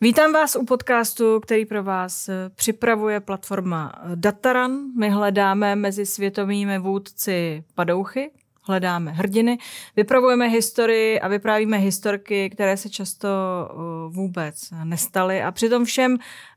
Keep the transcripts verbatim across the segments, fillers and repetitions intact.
Vítám vás u podcastu, který pro vás připravuje platforma Dataran. My hledáme mezi světovými vůdci padouchy, hledáme hrdiny, vypravujeme historii a vyprávíme historky, které se často vůbec nestaly. A přitom všem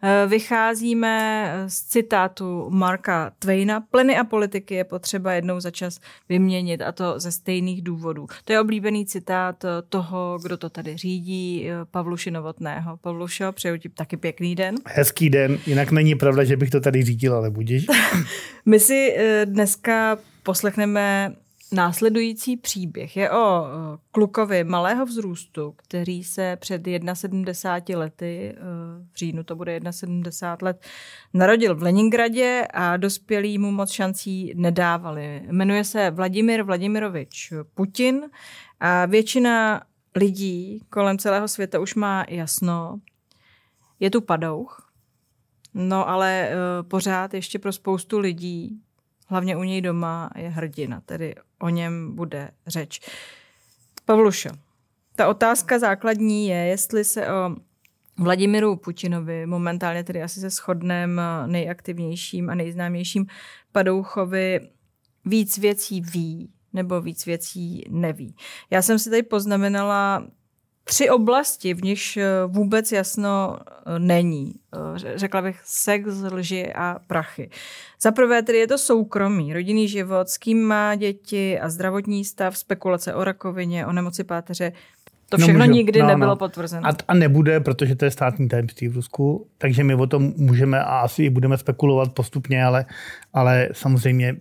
vycházíme z citátu Marka Twaina. Pleny a politiky je potřeba jednou za čas vyměnit, a to ze stejných důvodů. To je oblíbený citát toho, kdo to tady řídí, Pavluši Novotného. Pavlušo, přeju ti taky pěkný den. Hezký den, jinak není pravda, že bych to tady řídil, ale budiš. My si dneska poslechneme následující příběh. Je o klukovi malého vzrůstu, který se před sedmdesáti jedna lety, v říjnu to bude sedmdesát jedna let, narodil v Leningradě a dospělí mu moc šancí nedávali. Jmenuje se Vladimir Vladimirovič Putin a většina lidí kolem celého světa už má jasno. Je tu padouch, no ale pořád ještě pro spoustu lidí, hlavně u něj doma, je hrdina, tedy o něm bude řeč. Pavlušo, ta otázka základní je, jestli se o Vladimiru Putinovi, momentálně tedy asi se shodném nejaktivnějším a nejznámějším padouchovi, víc věcí ví nebo víc věcí neví. Já jsem si tady poznamenala tři oblasti, v nichž vůbec jasno není. Řekla bych sex, lži a prachy. Za prvé tedy je to soukromí, rodinný život, s kým má děti a zdravotní stav, spekulace o rakovině, o nemoci páteře. To všechno no, nikdy no, nebylo no. potvrzeno. A, a nebude, protože to je státní tajemství v Rusku, takže my o tom můžeme a asi i budeme spekulovat postupně, ale, ale samozřejmě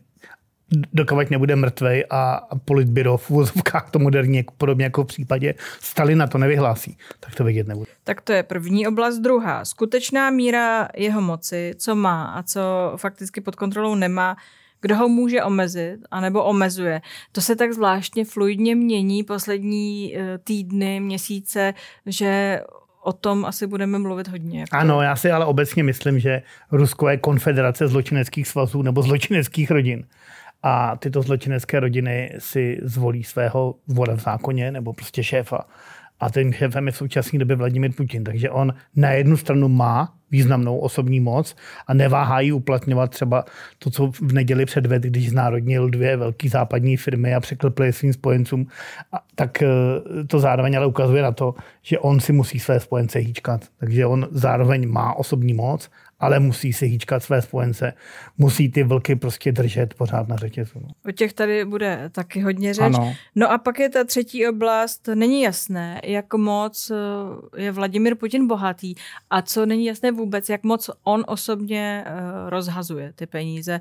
dokud nebude mrtvej a politbyro v úvozovkách to moderní, podobně jako v případě Stalina to nevyhlásí, tak to vědět nebude. Tak to je první oblast. Druhá, skutečná míra jeho moci, co má a co fakticky pod kontrolou nemá, kdo ho může omezit anebo omezuje. To se tak zvláštně fluidně mění poslední týdny, měsíce, že o tom asi budeme mluvit hodně. Jako... Ano, já si ale obecně myslím, že Rusko je konfederace zločineckých svazů nebo zločineckých rodin. A tyto zločinecké rodiny si zvolí svého voda v zákoně nebo prostě šéfa. A ten šéfem je v současné době Vladimir Putin. Takže on na jednu stranu má významnou osobní moc a neváhá ji uplatňovat třeba to, co v neděli předvedl, když znárodnil dvě velké západní firmy a překlepl je svým spojencům. A tak to zároveň ale ukazuje na to, že on si musí své spojence hýčkat. Takže on zároveň má osobní moc, ale musí si hýčkat své spojence. Musí ty vlky prostě držet pořád na řetězu. O těch tady bude taky hodně řeč. Ano. No a pak je ta třetí oblast. Není jasné, jak moc je Vladimir Putin bohatý a co není jasné vůbec, jak moc on osobně rozhazuje ty peníze.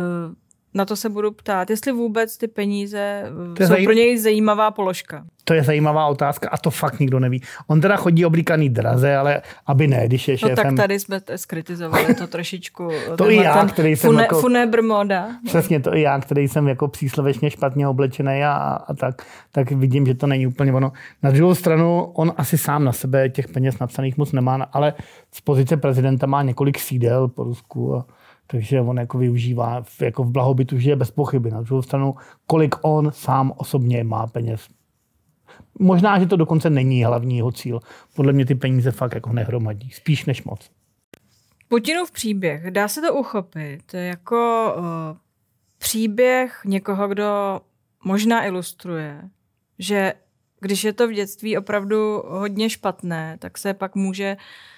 Na to se budu ptát, jestli vůbec ty peníze jsou zaj... pro něj zajímavá položka. To je zajímavá otázka a to fakt nikdo neví. On teda chodí oblíkaný draze, ale aby ne, když je šéfem... No tak tady jsme skritizovali to trošičku. To i já, který jsem fune, jako... Funebr moda. Přesně, to i já, který jsem jako příslovečně špatně oblečený a, a tak, tak vidím, že to není úplně ono. Na druhou stranu, on asi sám na sebe těch peněz napsaných moc nemá, ale z pozice prezidenta má několik sídel po Rusku a takže on jako využívá, jako v blahobytu žije bez pochyby. Na druhou stranu, kolik on sám osobně má peněz. Možná, že to dokonce není hlavní jeho cíl. Podle mě ty peníze fakt jako nehromadí. Spíš než moc. Putinův příběh, dá se to uchopit jako uh, příběh někoho, kdo možná ilustruje, že když je to v dětství opravdu hodně špatné, tak se pak může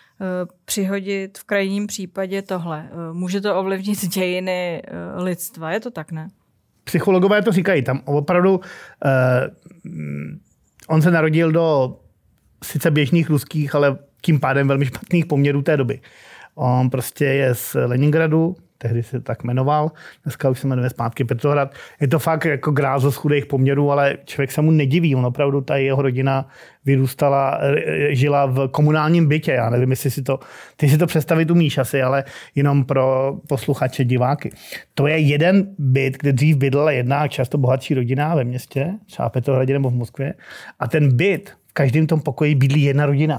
přihodit v krajním případě tohle. Může to ovlivnit dějiny lidstva. Je to tak, ne? Psychologové to říkají. Tam opravdu eh, on se narodil do sice běžných ruských, ale tím pádem velmi špatných poměrů té doby. On prostě je z Leningradu, tehdy se tak jmenoval, dneska už se jmenuje zpátky Petrohrad. Je to fakt jako grázo z chudých poměrů, ale člověk se mu nediví. On opravdu, ta jeho rodina vyrůstala, žila v komunálním bytě. Já nevím, jestli si to, ty si to představit umíš asi, ale jenom pro posluchače, diváky. To je jeden byt, kde dřív bydlela jedna často bohatší rodina ve městě, třeba v Petrohradě nebo v Moskvě. A ten byt, v každém tom pokoji bydlí jedna rodina.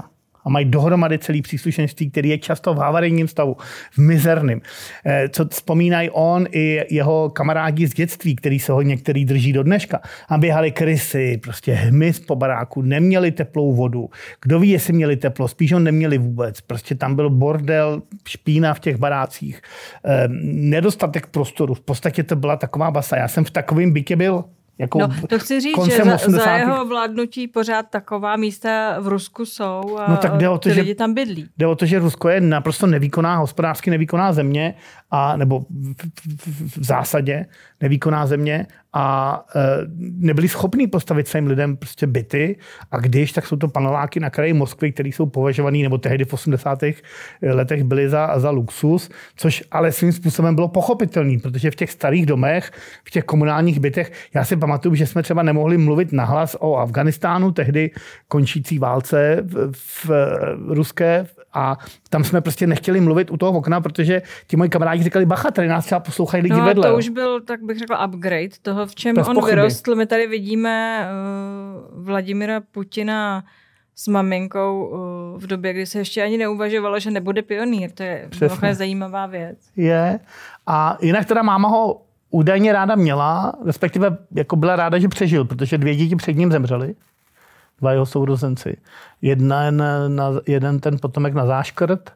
a mají dohromady celý příslušenství, který je často v havarijním stavu, v mizerném. Co vzpomínají on i jeho kamarádi z dětství, který se ho některý drží do dneška. A běhali krysy, prostě hmyz po baráku, neměli teplou vodu. Kdo ví, jestli měli teplo, spíš ho neměli vůbec. Prostě tam byl bordel, špína v těch barácích, nedostatek prostoru. V podstatě to byla taková basa. Já jsem v takovém bytě byl. Jako no, to chci říct, že za, za jeho vládnutí pořád taková místa v Rusku jsou a no, tak jde o to, ty že, lidi tam bydlí. Jde o to, že Rusko je naprosto nevýkonná, hospodářsky nevýkonná země, a, nebo v, v, v zásadě nevýkonná země a e, nebyli schopní postavit svým lidem prostě byty a když, tak jsou to paneláky na kraji Moskvy, které jsou považovaný, nebo tehdy v osmdesátých letech byly za, za luxus, což ale svým způsobem bylo pochopitelný, protože v těch starých domech, v těch komunálních bytech, já si pamatuju, že jsme třeba nemohli mluvit nahlas o Afghánistánu, tehdy končící válce v, v, v ruské, a tam jsme prostě nechtěli mluvit u toho okna, protože ti moji kamarádi říkali, bacha, tady nás třeba poslouchají lidi no vedle. To už byl, tak bych řekla, upgrade toho, v čem Bez on pochyby. vyrostl. My tady vidíme uh, Vladimira Putina s maminkou uh, v době, kdy se ještě ani neuvažovalo, že nebude pionýr. To je velmi zajímavá věc. Je. A jinak teda máma ho údajně ráda měla, respektive jako byla ráda, že přežil, protože dvě děti před ním zemřely. Dva jeho sourozenci. Jeden, na, jeden ten potomek na záškrt,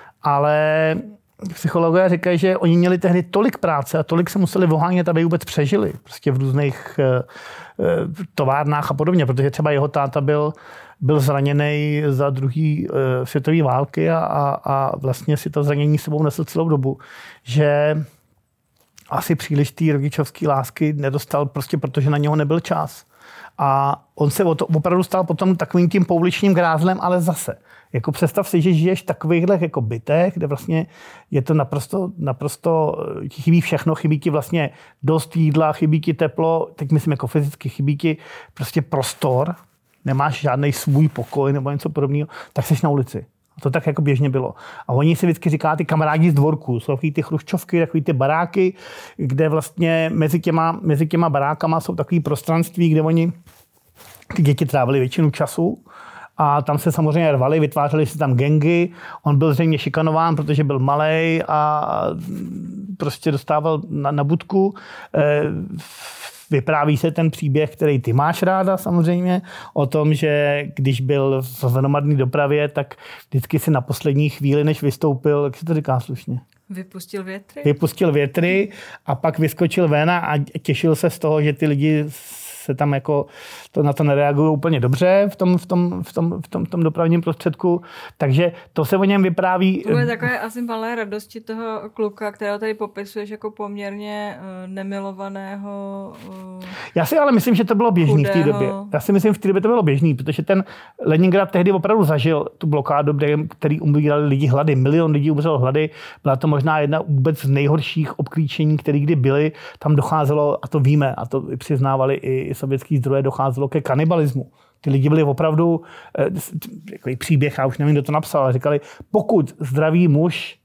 ale psychologové říkají, že oni měli tehdy tolik práce a tolik se museli ohánět, aby vůbec přežili. Prostě v různých e, továrnách a podobně, protože třeba jeho táta byl, byl zraněný za druhý e, světové války a, a, a vlastně si to zranění sebou nesl celou dobu. Že asi příliš té rodičovské lásky nedostal prostě, protože na něho nebyl čas. A on se opravdu stal potom takovým tím pouličním grázlem, ale zase. Jako představ si, že žiješ v takovýchhle jako bytech, kde vlastně je to naprosto, naprosto chybí všechno, chybí ti vlastně dost jídla, chybí ti teplo, teď myslím jako fyzicky, chybí ti prostě prostor, nemáš žádný svůj pokoj nebo něco podobného, tak jsi na ulici. A to tak jako běžně bylo. A oni si vždycky říká ty kamarádi z dvorku, jsou takový ty chruščovky, takový ty baráky, kde vlastně mezi těma, mezi těma barákama jsou takový prostranství, kde oni ty děti trávili většinu času a tam se samozřejmě rvali, vytvářeli si tam gangy. On byl zřejmě šikanován, protože byl malej a prostě dostával na, na budku. E, Vypráví se ten příběh, který ty máš ráda samozřejmě, o tom, že když byl v hromadné dopravě, tak vždycky si na poslední chvíli, než vystoupil, jak se to říká slušně? Vypustil větry? Vypustil větry a pak vyskočil ven a těšil se z toho, že ty lidi se tam jako to na to nereagují úplně dobře v tom, v tom, v tom, v tom, v tom dopravním prostředku. Takže to se o něm vypráví. To je takové asi malé radosti toho kluka, kterého tady popisuješ jako poměrně uh, nemilovaného. Uh, Já si ale myslím, že to bylo běžný chudého. v té době. Já si myslím, v té době to bylo běžný, protože ten Leningrad tehdy opravdu zažil tu blokádu, který umírali lidi hlady. Milion lidí umřelo hlady. Byla to možná jedna vůbec z nejhorších obklíčení, které kdy byly. Tam docházelo, a to víme, a to přiznávali i sovětský zdroje, docházelo ke kanibalismu. Ty lidi byli opravdu, takový příběh, já už nevím, kdo to napsal, ale říkali, pokud zdravý muž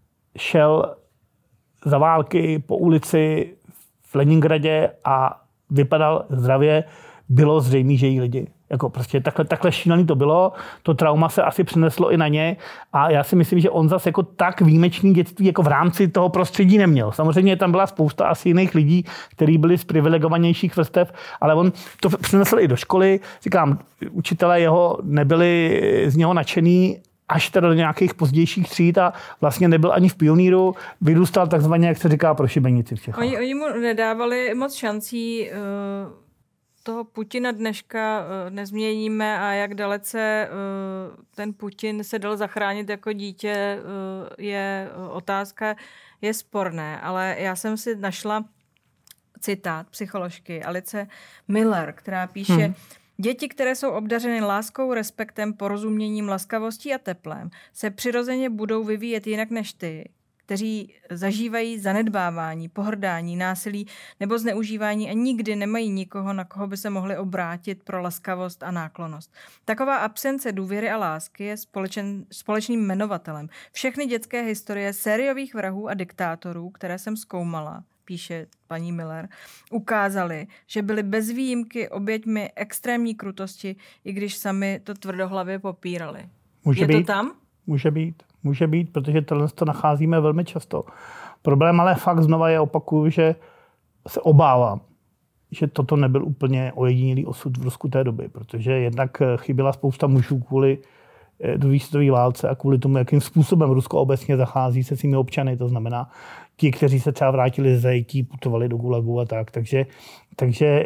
šel za války po ulici v Leningradě a vypadal zdravě, bylo zřejmé, že jí lidi. Jako prostě takhle, takhle šílený to bylo, to trauma se asi přeneslo i na ně a já si myslím, že on zase jako tak výjimečný dětství jako v rámci toho prostředí neměl. Samozřejmě tam byla spousta asi jiných lidí, kteří byli z privilegovanějších vrstev, ale on to přenesl i do školy. Říkám, učitelé jeho nebyli z něho nadšený až teda do nějakých pozdějších tříd a vlastně nebyl ani v pionýru, vyrůstal takzvaně, jak se říká, pro šibenici v Čechách. Oni, oni mu nedávali moc šancí. Uh... toho Putina dneška uh, nezměníme a jak dalece uh, ten Putin se dal zachránit jako dítě, uh, je uh, otázka, je sporné, ale já jsem si našla citát psycholožky Alice Miller, která píše, hmm. Děti, které jsou obdařeny láskou, respektem, porozuměním, laskavostí a teplem, se přirozeně budou vyvíjet jinak než ty, kteří zažívají zanedbávání, pohrdání, násilí nebo zneužívání a nikdy nemají nikoho, na koho by se mohli obrátit pro laskavost a náklonnost. Taková absence důvěry a lásky je společen, společným jmenovatelem. Všechny dětské historie sériových vrahů a diktátorů, které jsem zkoumala, píše paní Miller, ukázaly, že byly bez výjimky oběťmi extrémní krutosti, i když sami to tvrdohlavě popírali. Může Je být, to tam? Může být, může být, protože tohle to nacházíme velmi často. Problém ale fakt znova je, opakuju, že se obávám, že toto nebyl úplně ojedinělý osud v Rusku té doby, protože jednak chyběla spousta mužů kvůli druhé světové válce a kvůli tomu, jakým způsobem Rusko obecně zachází se svými občany, to znamená ti, kteří se třeba vrátili z zajetí, putovali do Gulagu a tak. Takže, takže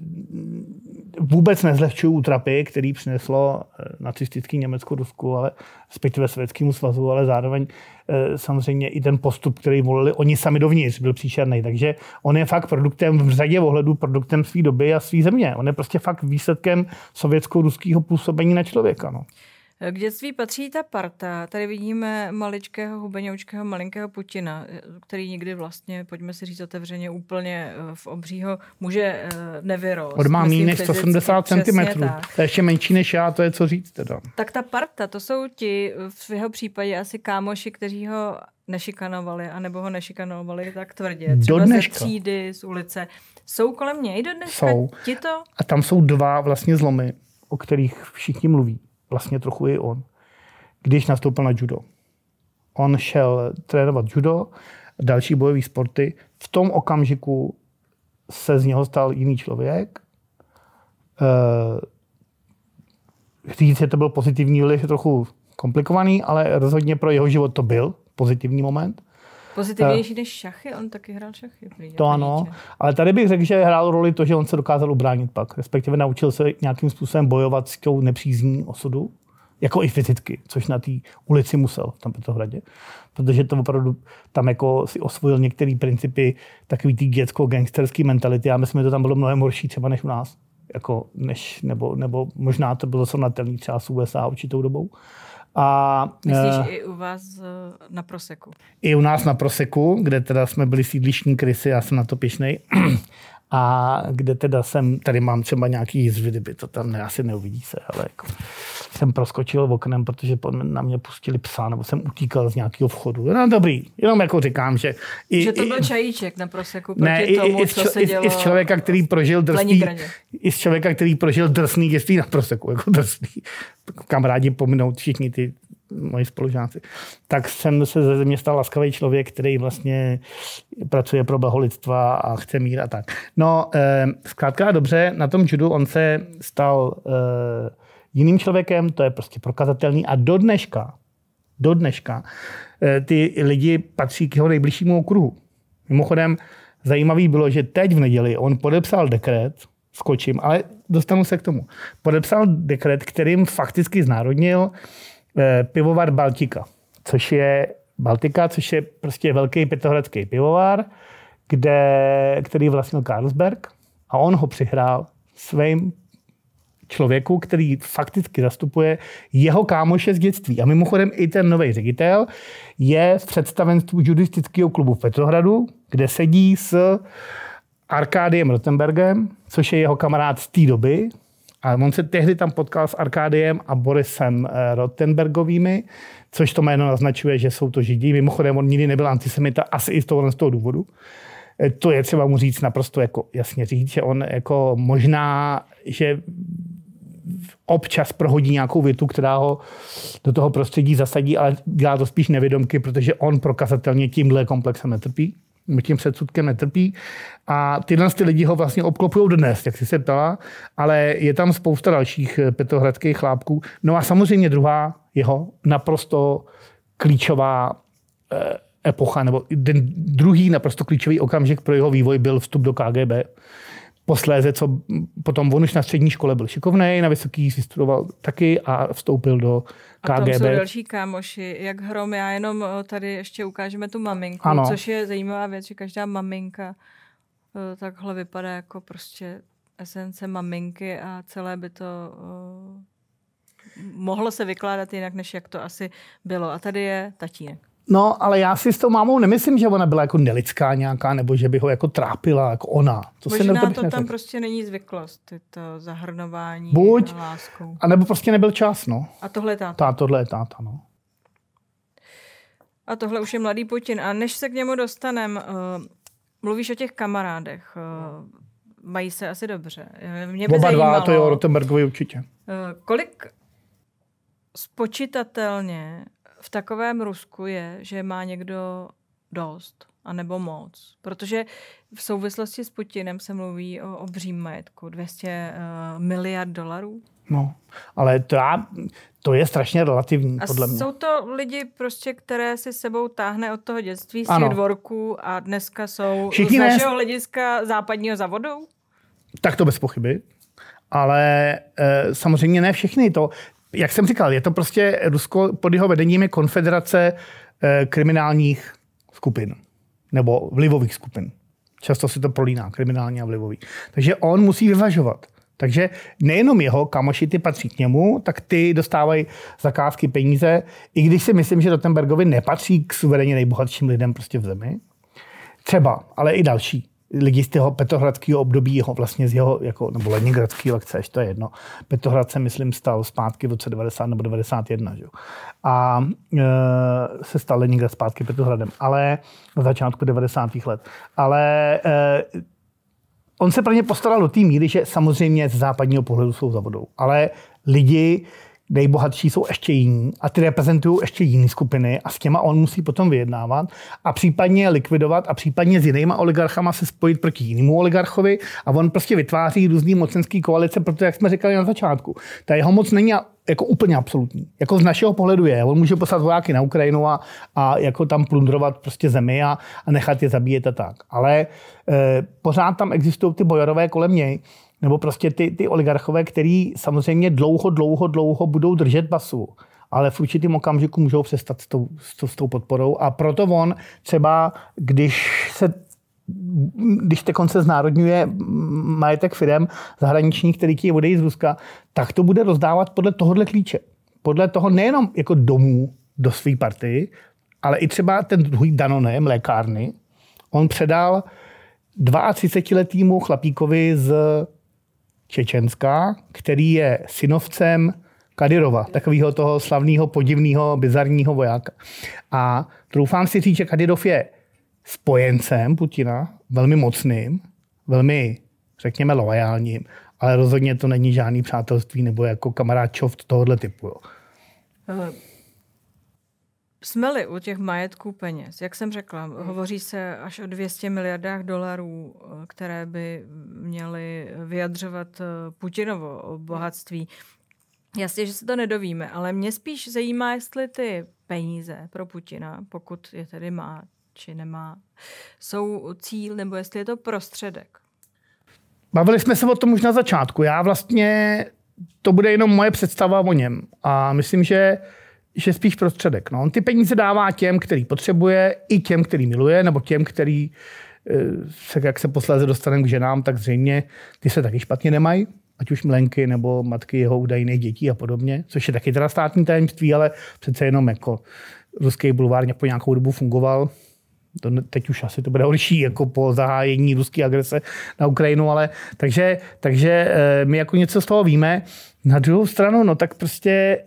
vůbec nezlehčuju útrapy, který přineslo nacistický Německo Rusku, ale respektive Sovětskému svazu, ale zároveň samozřejmě i ten postup, který volili oni sami dovnitř, byl příšerný. Takže on je fakt produktem v řadě ohledů produktem své doby a své země. On je prostě fakt výsledkem sovětsko-ruského působení na člověka. No. K dětství patří ta parta. Tady vidíme maličkého, hubeňoučkého, malinkého Putina, který nikdy vlastně, pojďme si říct otevřeně, úplně v obřího muže nevyrost. On má méně než sto sedmdesát centimetrů. To je ještě menší než já, to je co říct teda. Tak ta parta, to jsou ti v jeho případě asi kámoši, kteří ho nešikanovali, anebo ho nešikanovali tak tvrdě. Třeba ze třídy, z ulice. Jsou kolem něj do dneska tito? A tam jsou dva vlastně zlomy, o kterých všichni mluví. Vlastně trochu i on, když nastoupil na judo. On šel trénovat judo, další bojové sporty. V tom okamžiku se z něho stal jiný člověk. Říct, že to byl pozitivní vliv, je trochu komplikovaný, ale rozhodně pro jeho život to byl pozitivní moment. Pozitivnější než šachy? On taky hrál šachy. Prý, to ano, ale tady bych řekl, že hrál roli to, že on se dokázal ubránit pak. Respektive naučil se nějakým způsobem bojovat s tou nepřízní osudu, jako i fyzicky, což na té ulici musel v tom Petrohradě. Protože to opravdu tam jako si osvojil některé principy takový té dětsko-gangsterské mentality. Já myslím, že to tam bylo mnohem horší třeba než u nás. Jako než, nebo, nebo možná to bylo srovnatelné třeba s U S A určitou dobou. A, myslíš uh, i u vás na Proseku? I u nás na Proseku, kde teda jsme byli sídlišní krysy, já jsem na to pyšnej. A kde teda jsem, tady mám třeba nějaký jizvy, kdyby to tam ne, asi neuvidí se, ale jako jsem proskočil oknem, protože na mě pustili psa, nebo jsem utíkal z nějakého vchodu. No dobrý, jenom jako říkám, že... I, že to byl i, čajíček na Proseku proti ne, tomu, i, i, co se i, dělo i z člověka, který prožil drsný, i z člověka, který prožil drsný dětství na Proseku, jako drsný. Kamarádi pominou všichni ty moji spolužáci. Tak jsem se ze země stal laskavý člověk, který vlastně pracuje pro blaho lidstva a chce mír a tak. No, eh, zkrátka dobře, na tom judu on se stal eh, jiným člověkem, to je prostě prokazatelný a do dneška, do dneška eh, ty lidi patří k jeho nejbližšímu okruhu. Mimochodem, zajímavý bylo, že teď v neděli on podepsal dekret, skočím, ale dostanu se k tomu. Podepsal dekret, kterým fakticky znárodnil pivovar Baltika, což je Baltika, což je prostě velký petrohradský pivovar, kde, který vlastnil Carlsberg a on ho přihrál svým člověku, který fakticky zastupuje jeho kámoše z dětství. A mimochodem i ten nový ředitel je v představenstvu judistického klubu v Petrohradu, kde sedí s Arkádiem Rottenbergem, což je jeho kamarád z té doby. A on se tehdy tam potkal s Arkádiem a Borisem Rottenbergovými, což to jméno naznačuje, že jsou to Židi. Mimochodem, on nikdy nebyl antisemita, asi i z toho, z toho důvodu. To je třeba mu říct naprosto jako jasně říct, že on jako možná, že občas prohodí nějakou větu, která ho do toho prostředí zasadí, ale dělá to spíš nevědomky, protože on prokazatelně tímhle komplexem netrpí. Tím předsudkem netrpí. A tyhle ty lidi ho vlastně obklopují dodnes, jak jsi se ptala, ale je tam spousta dalších petrohradských chlápků. No a samozřejmě druhá jeho naprosto klíčová epocha, nebo ten druhý naprosto klíčový okamžik pro jeho vývoj byl vstup do K G B. Posléze, co potom on už na střední škole byl šikovnej, na vysoký si studoval taky a vstoupil do K G B. A tam jsou další kámoši, jak hrom. Já jenom tady ještě ukážeme tu maminku, ano. Což je zajímavá věc, že každá maminka takhle vypadá jako prostě esence maminky a celé by to uh, mohlo se vykládat jinak, než jak to asi bylo. A tady je tatínek. No, ale já si s tou mámou nemyslím, že ona byla jako nelidská nějaká, nebo že by ho jako trápila, jako ona. To možná to, to tam prostě není zvyklost, to zahrnování buď, láskou. A nebo prostě nebyl čas, no. A tohle je táta. Tá, tohle je táta, no. A tohle už je mladý Putin. A než se k němu dostanem, uh, mluvíš o těch kamarádech. Uh, mají se asi dobře. Mě by Oba zajímalo, dva, to jo, Rottenbergovi určitě. Uh, kolik spočitatelně v takovém Rusku je, že má někdo dost anebo moc. Protože v souvislosti s Putinem se mluví o obřím majetku. dvě stě uh, miliard dolarů. No, ale to, já, to je strašně relativní, a podle mě. Jsou to lidi, prostě, které si sebou táhne od toho dětství z těch dvorků a dneska jsou Všichni z našeho ne... hlediska západního za vodou? Tak to bez pochyby. Ale e, samozřejmě ne všechny. To, jak jsem říkal, je to prostě Rusko pod jeho vedením je konfederace e, kriminálních skupin. Nebo vlivových skupin. Často se to prolíná, kriminální a vlivový. Takže on musí vyvažovat. Takže nejenom jeho kamoši, ty patří k němu, tak ty dostávají zakázky, peníze, i když si myslím, že Rothenbergovi nepatří k suverénně nejbohatším lidem prostě v zemi. Třeba, ale i další. Lidi z toho petrohradského období, jeho, vlastně z jeho, jako, nebo leningradského, jak chceš, to je jedno. Petrohrad se, myslím, stal zpátky v roce devadesát nebo devadesát jedna. Že? A e, se stal Leningrad zpátky Petrohradem, ale na začátku devadesátých let. Ale e, on se pro ně postaral do té míry, že samozřejmě z západního pohledu jsou za vodou. Ale lidi nejbohatší jsou ještě jiní a ty reprezentují ještě jiné skupiny a s těma on musí potom vyjednávat a případně likvidovat a případně s jinýma oligarchama se spojit proti jinému oligarchovi a on prostě vytváří různý mocenský koalice, protože jak jsme říkali na začátku, ta jeho moc není jako úplně absolutní. Jako z našeho pohledu je. On může poslat vojáky na Ukrajinu a, a jako tam plundrovat prostě zemi a, a nechat je zabíjet a tak. Ale e, pořád tam existují ty bojorové kolem něj, nebo prostě ty, ty oligarchové, který samozřejmě dlouho, dlouho, dlouho budou držet basu, ale v určitým okamžiku můžou přestat s tou, s tou podporou. A proto on třeba, když se když te konce znárodňuje majetek firem zahraničních, který chtějí odejít z Ruska, tak to bude rozdávat podle tohohle klíče. Podle toho nejenom jako domů do své partii, ale i třeba ten druhý Danone, mlékárny, on předal třicetiletýmu chlapíkovi z Čečenska, který je synovcem Kadyrova, takového toho slavného, podivného, bizarního vojáka. A doufám si říct, že Kadyrov je spojencem Putina, velmi mocným, velmi, řekněme, loajálním, ale rozhodně to není žádný přátelství nebo jako kamarád čoft tohohle typu. Jo. Jsme-li u těch majetků peněz, jak jsem řekla, hovoří se až o dvě stě miliardách dolarů, které by měly vyjadřovat Putinovo bohatství. Jasně, že se to nedovíme, ale mě spíš zajímá, jestli ty peníze pro Putina, pokud je tedy má či nemá, jsou cíl, nebo jestli je to prostředek. Bavili jsme se o tom už na začátku. Já vlastně, to bude jenom moje představa o něm. A myslím, že že spíš prostředek. No, on ty peníze dává těm, který potřebuje, i těm, který miluje, nebo těm, který se, jak se posléze dostaneme k ženám, tak zřejmě ty se taky špatně nemají, ať už milenky, nebo matky jeho údajných dětí a podobně, což je taky teda státní tajemství, ale přece jenom jako ruský bulvár po nějakou dobu fungoval. To teď už asi to bude horší, jako po zahájení ruské agrese na Ukrajinu, ale takže, takže my jako něco z toho víme. Na druhou stranu, no tak prostě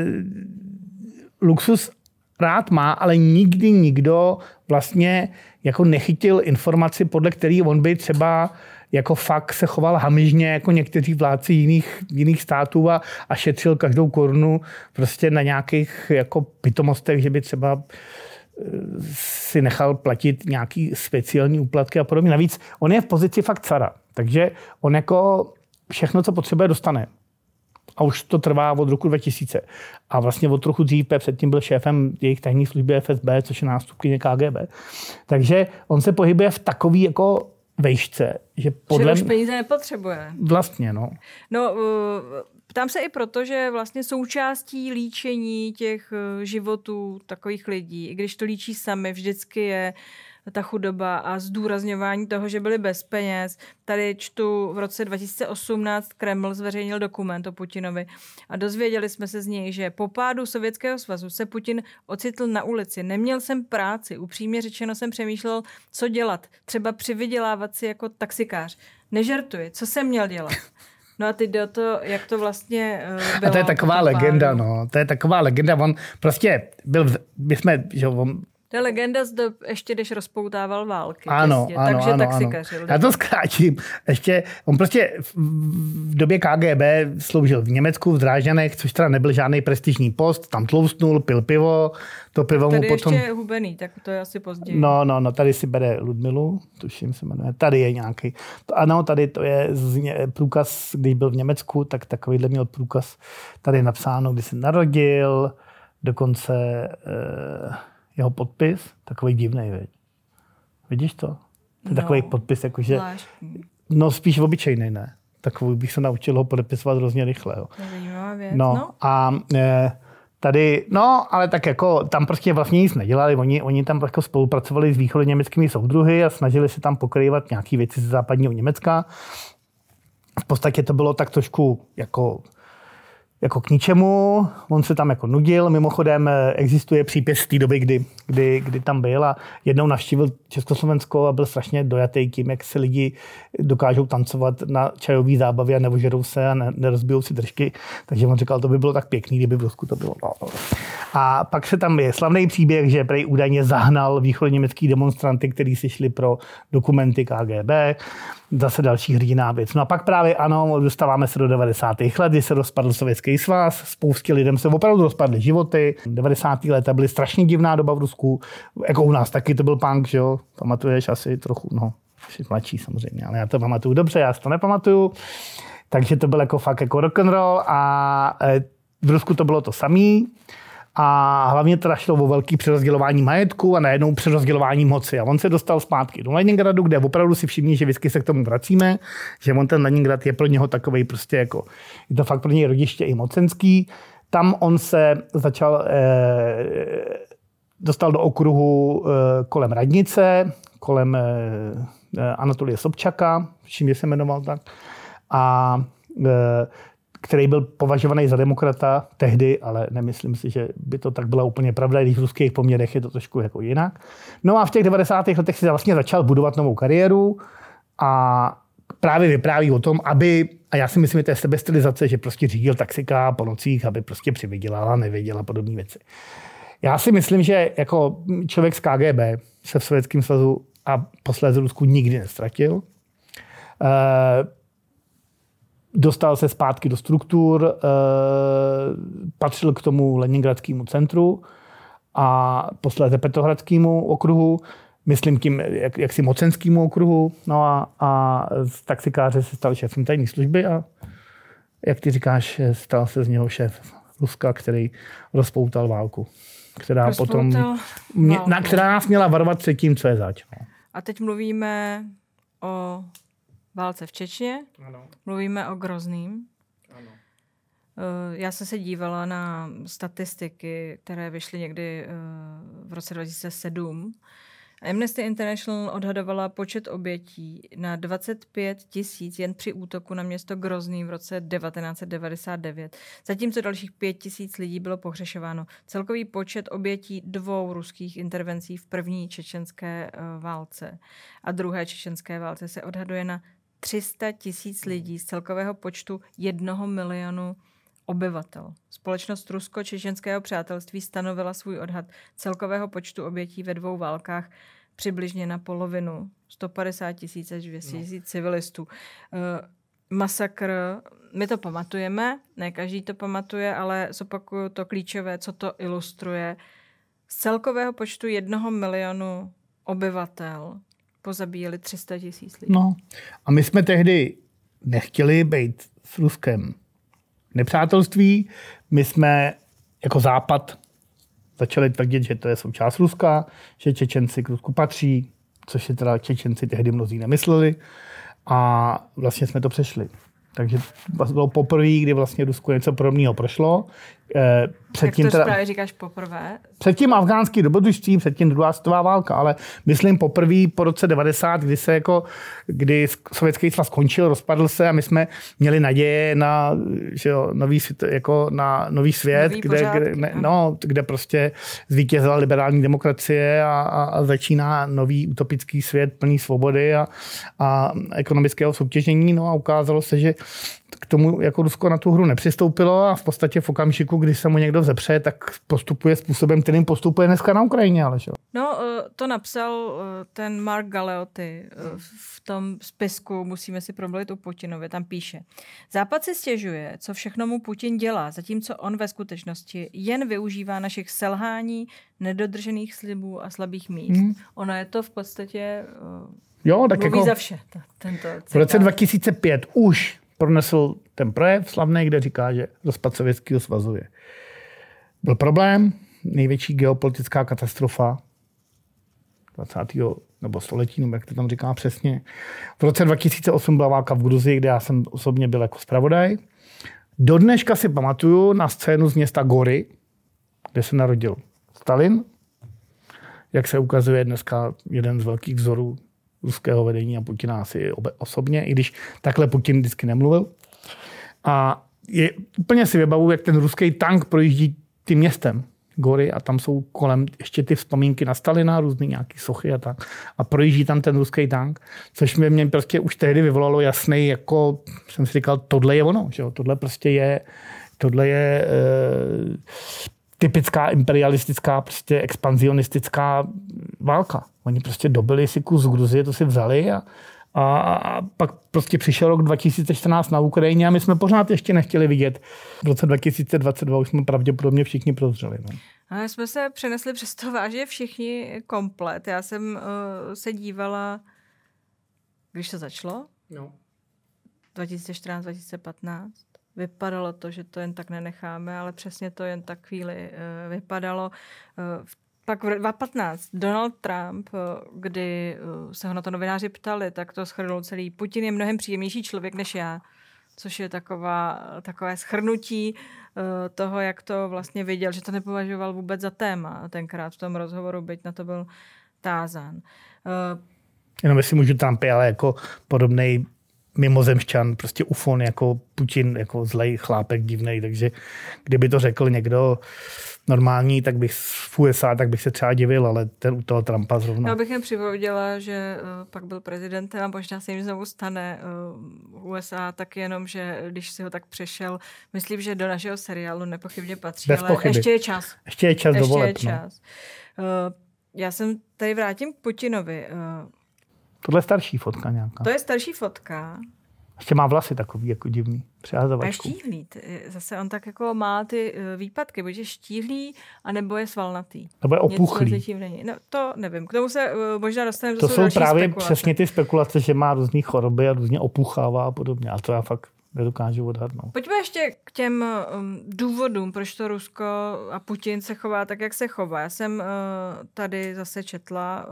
luxus rád má, ale nikdy nikdo vlastně jako nechytil informaci, podle který on by třeba jako fakt se choval hamižně jako někteří vládci jiných, jiných států a, a šetřil každou korunu prostě na nějakých jako pitomostech, že by třeba si nechal platit nějaký speciální úplatky a podobně. Navíc on je v pozici fakt cara, takže on jako všechno, co potřebuje, dostane. A už to trvá od roku dva tisíce. A vlastně od trochu dříve, předtím byl šéfem jejich tajné služby F S B, což je nástupkyně K G B. Takže on se pohybuje v takový jako vejšce, že podle... Že už peníze nepotřebuje. Vlastně, no. No, ptám se i proto, že vlastně součástí líčení těch životů takových lidí, i když to líčí sami, vždycky je ta chudoba a zdůrazňování toho, že byli bez peněz. Tady čtu v roce dva tisíce osmnáct Kreml zveřejnil dokument o Putinovi a dozvěděli jsme se z něj, že po pádu Sovětského svazu se Putin ocitl na ulici. Neměl jsem práci, upřímně řečeno jsem přemýšlel, co dělat. Třeba přivydělávat si jako taxikář. Nežertuji, co jsem měl dělat? No a teď jde o to, jak to vlastně uh, bylo. A to je taková legenda, no. To je taková legenda. On prostě byl, my jsme, že on To je legenda z dob, ještě když rozpoutával války. Ano, těsně, ano, takže ano, taxikařil. ano. Já to zkrátím. Ještě, on prostě v době K G B sloužil v Německu, v Drážďanech, což teda nebyl žádný prestižní post, tam tloustnul, pil pivo, to pivo tady mu potom... ještě je hubený, tak to je asi později. No, no, no, tady si bere Ludmilu, tuším se jmenuje, tady je nějaký. Ano, tady to je z, průkaz, když byl v Německu, tak takovýhle měl průkaz, tady je napsáno, kdy se narodil, dokonce eh, jeho podpis, takový divnej, veď. Vidíš to? To je no, takový podpis, jakože, zvláštní. No spíš obyčejný, ne? Takový bych se naučil ho podepisovat hrozně rychle. Jo. To je zajímavá věc, no. no. A eh, tady, no, ale tak jako tam prostě vlastně nic nedělali. Oni, oni tam jako spolupracovali s východoněmeckými soudruhy a snažili se tam pokrývat nějaké věci ze západního Německa. V podstatě to bylo tak trošku jako, jako k ničemu. On se tam jako nudil. Mimochodem existuje přípis z té doby, kdy, kdy, kdy tam byl a jednou navštívil Československo a byl strašně dojatý tím, jak se lidi dokážou tancovat na čajové zábavě a nevožerou se a nerozbijou si držky. Takže on říkal, to by bylo tak pěkný, kdyby v Rusku to bylo. A pak se tam je slavný příběh, že prej údajně zahnal východoněmecký demonstranty, kteří si šli pro dokumenty K G B. Zase další hrdiná věc. No a pak právě ano, dostáváme se do devadesátých let, kdy se rozpadl Sovětský svaz, spoustě lidem se opravdu rozpadly životy. devadesátá léta byly strašně divná doba v Rusku, jako u nás taky to byl punk, že jo, pamatuješ asi trochu, no, jsi mladší samozřejmě, ale já to pamatuju dobře, já si to nepamatuju. Takže to byl jako fakt jako rock'n'roll a v Rusku to bylo to samý. A hlavně teda šlo o velký přerozdělování majetku a najednou přerozdělování moci. A on se dostal zpátky do Leningradu, kde opravdu si všimni, že vždycky se k tomu vracíme, že on ten Leningrad je pro něho takovej prostě jako, je to fakt pro něj rodiště i mocenský. Tam on se začal, eh, dostal do okruhu eh, kolem radnice, kolem eh, Anatolie Sobčaka, všimně se jmenoval tak. A eh, který byl považovaný za demokrata tehdy, ale nemyslím si, že by to tak byla úplně pravda, když v ruských poměrech je to trošku jako jinak. No a v těch devadesátých letech si vlastně začal budovat novou kariéru a právě vypráví o tom, aby, a já si myslím, že to je sebestylizace, že prostě řídil taxika po nocích, aby prostě přivydělal a nevěděl a podobné věci. Já si myslím, že jako člověk z K G B se v Sovětském svazu a posléze Rusku nikdy nestratil. Uh, Dostal se zpátky do struktur, eh, patřil k tomu Leningradskému centru a posléze Petrohradskému okruhu, myslím tím jak, jaksi mocenskému okruhu, no a, a z taxikáře se stal šéfem tajné služby a jak ty říkáš, stal se z něho šéf Ruska, který rozpoutal válku, která rozpoutal potom, mě, na, která nás měla varovat před tím, co je zač. No. A teď mluvíme o válce v Čečně, ano. Mluvíme o Grozným. Ano. Já jsem se dívala na statistiky, které vyšly někdy v roce dva tisíce sedm. Amnesty International odhadovala počet obětí na dvacet pět tisíc jen při útoku na město Grozný v roce devatenáct set devadesát devět. Zatímco dalších pět tisíc lidí bylo pohřešováno. Celkový počet obětí dvou ruských intervencí v první čečenské válce a druhé čečenské válce se odhaduje na tři sta tisíc lidí z celkového počtu jednoho milionu obyvatel. Společnost Rusko-čečenského přátelství stanovila svůj odhad celkového počtu obětí ve dvou válkách přibližně na polovinu. sto padesát tisíc až dvě stě tisíc no. civilistů. Uh, masakr, my to pamatujeme, ne každý to pamatuje, ale zopakuju to klíčové, co to ilustruje. Z celkového počtu jednoho milionu obyvatel pozabíjeli tři sta tisíc lidí. No a my jsme tehdy nechtěli být s Ruskem nepřátelství. My jsme jako Západ začali tvrdit, že to je součást Ruska, že Čečenci k Rusku patří, což si teda Čečenci tehdy mnozí nemysleli. A vlastně jsme to přešli. Takže bylo poprvé, kdy vlastně Rusku něco podobného prošlo. Předtím Jak to teda, právě říkáš poprvé? Předtím afgánský dobrodružství, předtím druhá světová válka, ale myslím poprvé po roce devadesát, kdy se jako, kdy Sovětský svaz skončil, rozpadl se a my jsme měli naděje na, že jo, nový svět, jako na nový svět, nový kde, pořádky, kde, ne, no, kde prostě zvítězila liberální demokracie a, a, a začíná nový utopický svět plný svobody a, a ekonomického soutěžení. No a ukázalo se, že k tomu jako Rusko na tu hru nepřistoupilo a v podstatě v okamžiku, když se mu někdo vzepře, tak postupuje způsobem, kterým postupuje dneska na Ukrajině. Ale čo? No, to napsal ten Mark Galeotti v tom spisku Musíme si promluvit u Putinovi. Tam píše, Západ si stěžuje, co všechno mu Putin dělá, zatímco on ve skutečnosti jen využívá našich selhání, nedodržených slibů a slabých míst. Hmm. Ono je to v podstatě jo, tak mluví jako za vše. Tento v roce dva tisíce pět už pronesl ten projev slavný, kde říká, že rozpad Sovětského svazu je. Byl problém, největší geopolitická katastrofa dvacátého nebo století, nebo jak to tam říká přesně. V roce dva tisíce osm byla válka v Gruzii, kde já jsem osobně byl jako zpravodaj. Do dneška si pamatuju na scénu z města Gory, kde se narodil Stalin. Jak se ukazuje dneska jeden z velkých vzorů ruského vedení a Putina asi osobně, i když takhle Putin vždycky nemluvil. A je, úplně si vybavuju, jak ten ruský tank projíždí tím městem Gory a tam jsou kolem ještě ty vzpomínky na Stalina, různý nějaký sochy a tak. A projíždí tam ten ruský tank, což mě, mě prostě už tehdy vyvolalo jasný, jako jsem si říkal, tohle je ono, že jo? Tohle prostě je, tohle je e, typická imperialistická, prostě expanzionistická válka. Oni prostě dobili si kus Gruzie, to si vzali a, a, a pak prostě přišel rok dva tisíce čtrnáct na Ukrajině a my jsme pořád ještě nechtěli vidět. V roce dva tisíce dvacet dva už jsme pravděpodobně všichni prozřeli. No. A jsme se přenesli přes to vážně všichni komplet. Já jsem uh, se dívala, když to začalo, no. dva tisíce čtrnáct dva tisíce patnáct. Vypadalo to, že to jen tak nenecháme, ale přesně to jen tak chvíli uh, vypadalo. Uh, Pak v dva tisíce patnáct Donald Trump, kdy se ho na to novináři ptali, tak to shrnul celý. Putin je mnohem příjemnější člověk než já, což je taková, takové shrnutí toho, jak to vlastně viděl, že to nepovažoval vůbec za téma tenkrát v tom rozhovoru, byť na to byl tázán. Jenom jestli můžu Trump je ale jako podobnej mimozemšťan, prostě ufon, jako Putin, jako zlej chlápek divnej, takže kdyby to řekl někdo normální, tak bych v U S A, tak bych se třeba divil, ale ten u toho Trumpa zrovna. Já bych jen připověděla, že uh, pak byl prezidentem a možná se jim znovu stane uh, U S A, tak jenom, že když si ho tak přešel, myslím, že do našeho seriálu nepochybně patří, Bez ale pochyby. ještě je čas. Ještě je čas ještě dovolit. Je čas. No. Uh, já jsem tady vrátím k Putinovi. Uh, Tohle je starší fotka nějaká. To je starší fotka. Ještě má vlasy takový jako divný. Přeházovačku. A štíhlý. Zase on tak jako má ty výpadky. Buď je štíhlý, anebo je svalnatý. Nebo je opuchlý. No, to nevím. K tomu se uh, možná dostaneme. To jsou právě spekulace. Přesně ty spekulace, že má různý choroby a různě opuchává a podobně. A to já fakt nedokážu odhadnout. Pojďme ještě k těm um, důvodům, proč to Rusko a Putin se chová tak, jak se chová. Já jsem uh, tady zase četla uh,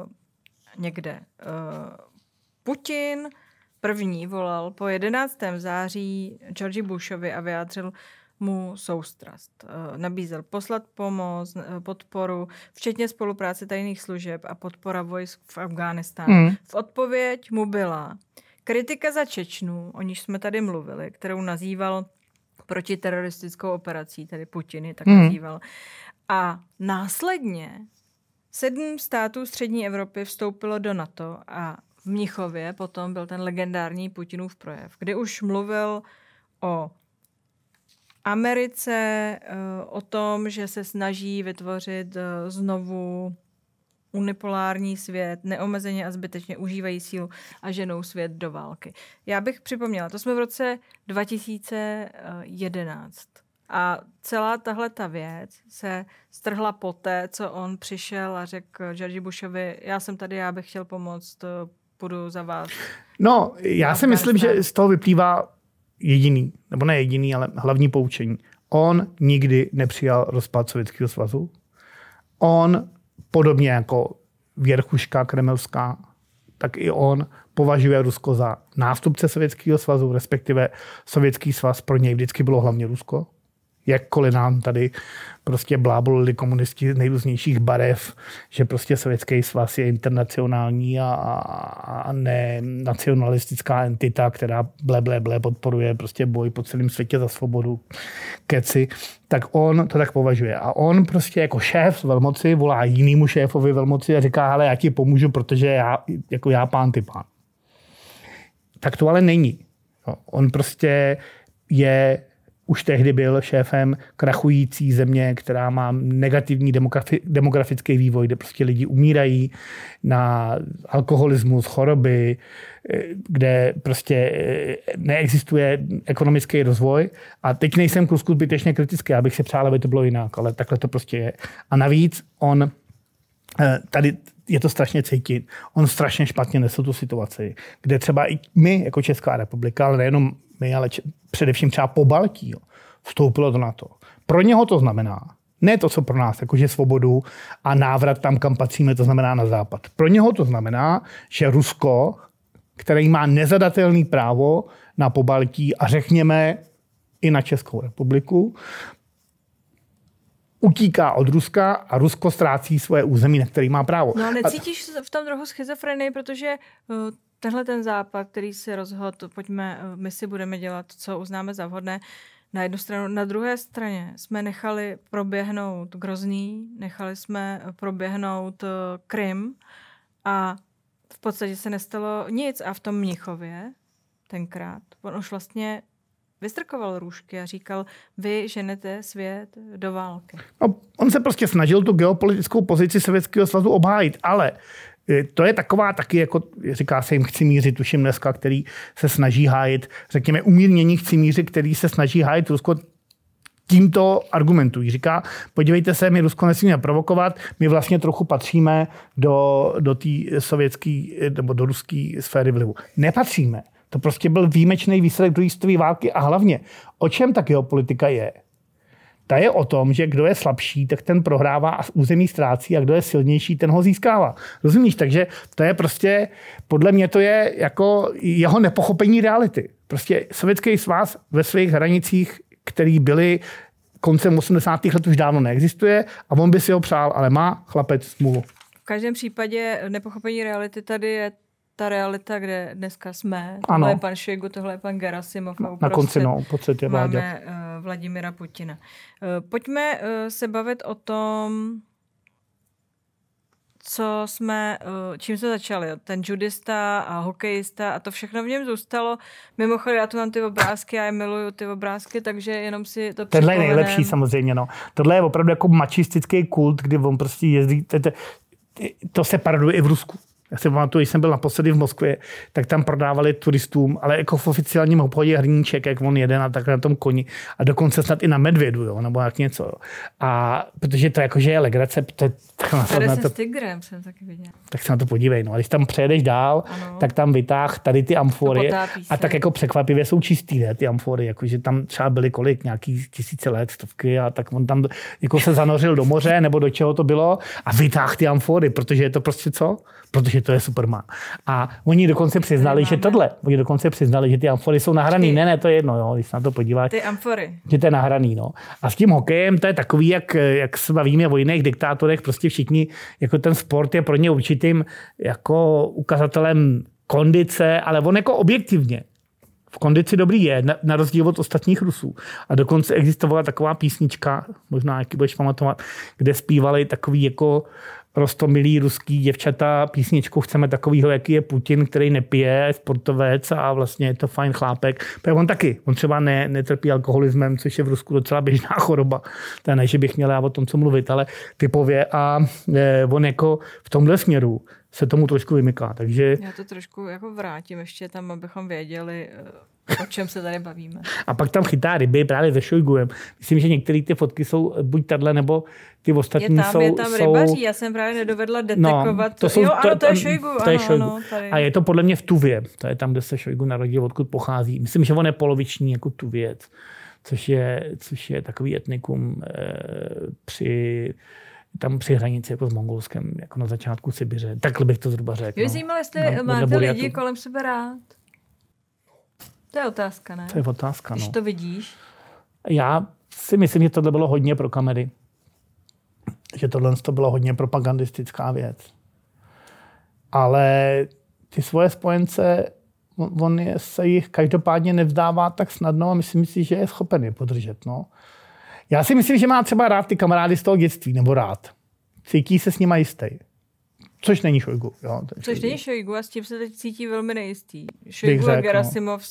někde. Uh, Putin první volal po jedenáctého září Georgi Bushovi a vyjádřil mu soustrast. Nabízel poslat pomoc, podporu, včetně spolupráce tajných služeb a podpora vojsk v Afghánistánu. Mm. V odpověď mu byla kritika za Čečnu, o níž jsme tady mluvili, kterou nazýval protiteroristickou operací, tedy Putin je tak mm. nazýval. A následně sedm států střední Evropy vstoupilo do NATO a v Mnichově potom byl ten legendární Putinův projev, kdy už mluvil o Americe, o tom, že se snaží vytvořit znovu unipolární svět, neomezeně a zbytečně užívají sílu a ženou svět do války. Já bych připomněla, to jsme v roce dva tisíce jedenáct. A celá tahle ta věc se strhla poté, co on přišel a řekl Georgi Bushovi, já jsem tady, já bych chtěl pomoct, půjdu za vás. No, já si myslím, že z toho vyplývá jediný, nebo ne jediný, ale hlavní poučení. On nikdy nepřijal rozpad Sovětského svazu. On, podobně jako věrchuška kremelská, tak i on považuje Rusko za nástupce Sovětského svazu, respektive Sovětský svaz pro něj vždycky bylo hlavně Rusko. Jakkoliv nám tady prostě blábolili komunisti z nejrůznějších barev, že prostě Sovětský svaz je internacionální a, a ne nacionalistická entita, která ble, ble, ble podporuje prostě boj po celém světě za svobodu, keci, tak on to tak považuje. A on prostě jako šéf velmoci volá jinýmu šéfovi velmoci a říká, hele, já ti pomůžu, protože já, jako já pán, ty pán. Tak to ale není. On prostě je, už tehdy byl šéfem krachující země, která má negativní demografi, demografický vývoj, kde prostě lidi umírají na alkoholismus, choroby, kde prostě neexistuje ekonomický rozvoj. A teď nejsem Kusku zbytečně kritický, abych si přál, aby to bylo jinak, ale takhle to prostě je. A navíc on tady je to strašně cítit. On strašně špatně nesl tu situaci, kde třeba i my, jako Česká republika, ale nejenom my, ale č- především třeba Pobaltí, jo, vstoupilo do NATO. Pro něho to znamená, ne to, co pro nás, jakože svobodu a návrat tam, kam patříme, to znamená na západ. Pro něho to znamená, že Rusko, který má nezadatelné právo na Pobaltí a řekněme i na Českou republiku, utíká od Ruska a Rusko ztrácí svoje území, na který má právo. No a necítíš v tom trochu schizofrenii, protože uh, tenhle ten západ, který si rozhodl, pojďme, uh, my si budeme dělat, co uznáme za vhodné, na jednu stranu, na druhé straně jsme nechali proběhnout Grozný, nechali jsme proběhnout uh, Krym a v podstatě se nestalo nic a v tom Mnichově tenkrát, on už vlastně vystrkoval růžky a říkal, vy ženete svět do války. No, on se prostě snažil tu geopolitickou pozici Sovětského svazu obhájit, ale to je taková taky, jako říká se jim chcimíři, tuším dneska, který se snaží hájit, řekněme, umírnění chcimíři, který se snaží hájit Rusko, tímto argumentují. Říká, podívejte se, my Rusko nesmíme provokovat, my vlastně trochu patříme do, do té sovětské nebo do ruské sféry vlivu. Nepatříme. To prostě byl výjimečný výsledek druhé světové války a hlavně, o čem ta geopolitika je? Ta je o tom, že kdo je slabší, tak ten prohrává a z území ztrácí a kdo je silnější, ten ho získává. Rozumíš? Takže to je prostě, podle mě to je jako jeho nepochopení reality. Prostě Sovětský svaz ve svých hranicích, které byly koncem osmdesátých let, už dávno neexistuje a on by si ho přál, ale má chlapec smůlu. V každém případě nepochopení reality tady je ta realita, kde dneska jsme. Ano. Tohle je pan Šojgu, tohle je pan Gerasimov. Na, na konci, no, podstatě máme uh, Vladimira Putina. Uh, pojďme uh, se bavit o tom, co jsme, uh, čím jsme začali. Ten judista a hokejista a to všechno v něm zůstalo. Mimochodem, já tu mám ty obrázky, já je miluju ty obrázky, takže jenom si to Tohle je nejlepší samozřejmě, no. Tohle je opravdu jako mačistický kult, kdy on prostě jezdí, to, to, to se paroduje i v Rusku. Já si pamatuju, když jsem byl naposledy v Moskvě, tak tam prodávali turistům, ale jako v oficiálním obchodě hrníček, jak on jede na takhle na tom koni a dokonce snad i na medvědu, jo, nebo jak něco. Jo. A protože to jakože je legrace, to, tak, tady na se to, s tigrem jsem taky viděl. Tak se na to podívej. No. A když tam přejedeš dál, ano. tak tam vytáh tady ty amfory a tak jako překvapivě jsou čistý, ne, ty amfory, jakože tam třeba byly kolik, nějaký tisíce let, stovky a tak on tam jako se zanořil do moře nebo do čeho to bylo a vytáh ty amfory, protože je to prostě co? Protože to je Superman. A oni dokonce přiznali, že tohle, oni dokonce přiznali, že ty amfory jsou nahraný. Ne, ne, to je jedno, jo, když se na to podíváš. Ty amfory. Že to je nahraný, no. A s tím hokejem to je takový, jak, jak se bavíme o jiných diktátorech, prostě všichni, jako ten sport je pro ně určitým jako ukazatelem kondice, ale on jako objektivně v kondici dobrý je, na, na rozdíl od ostatních Rusů. A dokonce existovala taková písnička, možná jaký budeš pamatovat, kde zpívali takový jako rostomilý ruský děvčata písničku Chceme takovýho, jaký je Putin, který nepije, sportovec a vlastně je to fajn chlápek. Protože on taky, on třeba ne, netrpí alkoholismem, což je v Rusku docela běžná choroba. To ne, že bych měla o tom co mluvit, ale typově a e, on jako v tomhle směru se tomu trošku vymyká. Takže... Já to trošku jako vrátím ještě tam, abychom věděli, o čem se tady bavíme. A pak tam chytá ryby právě se Šojguem. Myslím, že některé ty fotky jsou buď tahle, nebo ty ostatní je tam, jsou... Je tam jsou... rybaří, já jsem právě nedovedla detekovat. No, to jsou, jo, ano, to, to je Šojgu. Šojgu. To je ano, Šojgu. ano, tady. A je to podle mě v Tuvě. To je tam, kde se Šojgu narodil, odkud pochází. Myslím, že on je poloviční jako Tuvěc, což je, což je takový etnikum eh, při... tam při hranici jako s Mongolskem, jako na začátku Sibiře. Takhle bych to zhruba řekl. Mě zajímalo, jestli no, máte lidi kolem sebe rád. To je otázka, ne? To je otázka, no. Když to vidíš? Já si myslím, že tohle bylo hodně pro kamery. Že tohle to bylo hodně propagandistická věc. Ale ty svoje spojence, on je, se jich každopádně nevzdává tak snadno a myslím si, že je schopen je podržet, no. Já si myslím, že má třeba rád ty kamarády z toho dětství, nebo rád. Cítí se s nima jistý. Což není Šojgu. Jo, Což není Šojgu a s tím se teď cítí velmi nejistý. Šojgu a Gerasimov,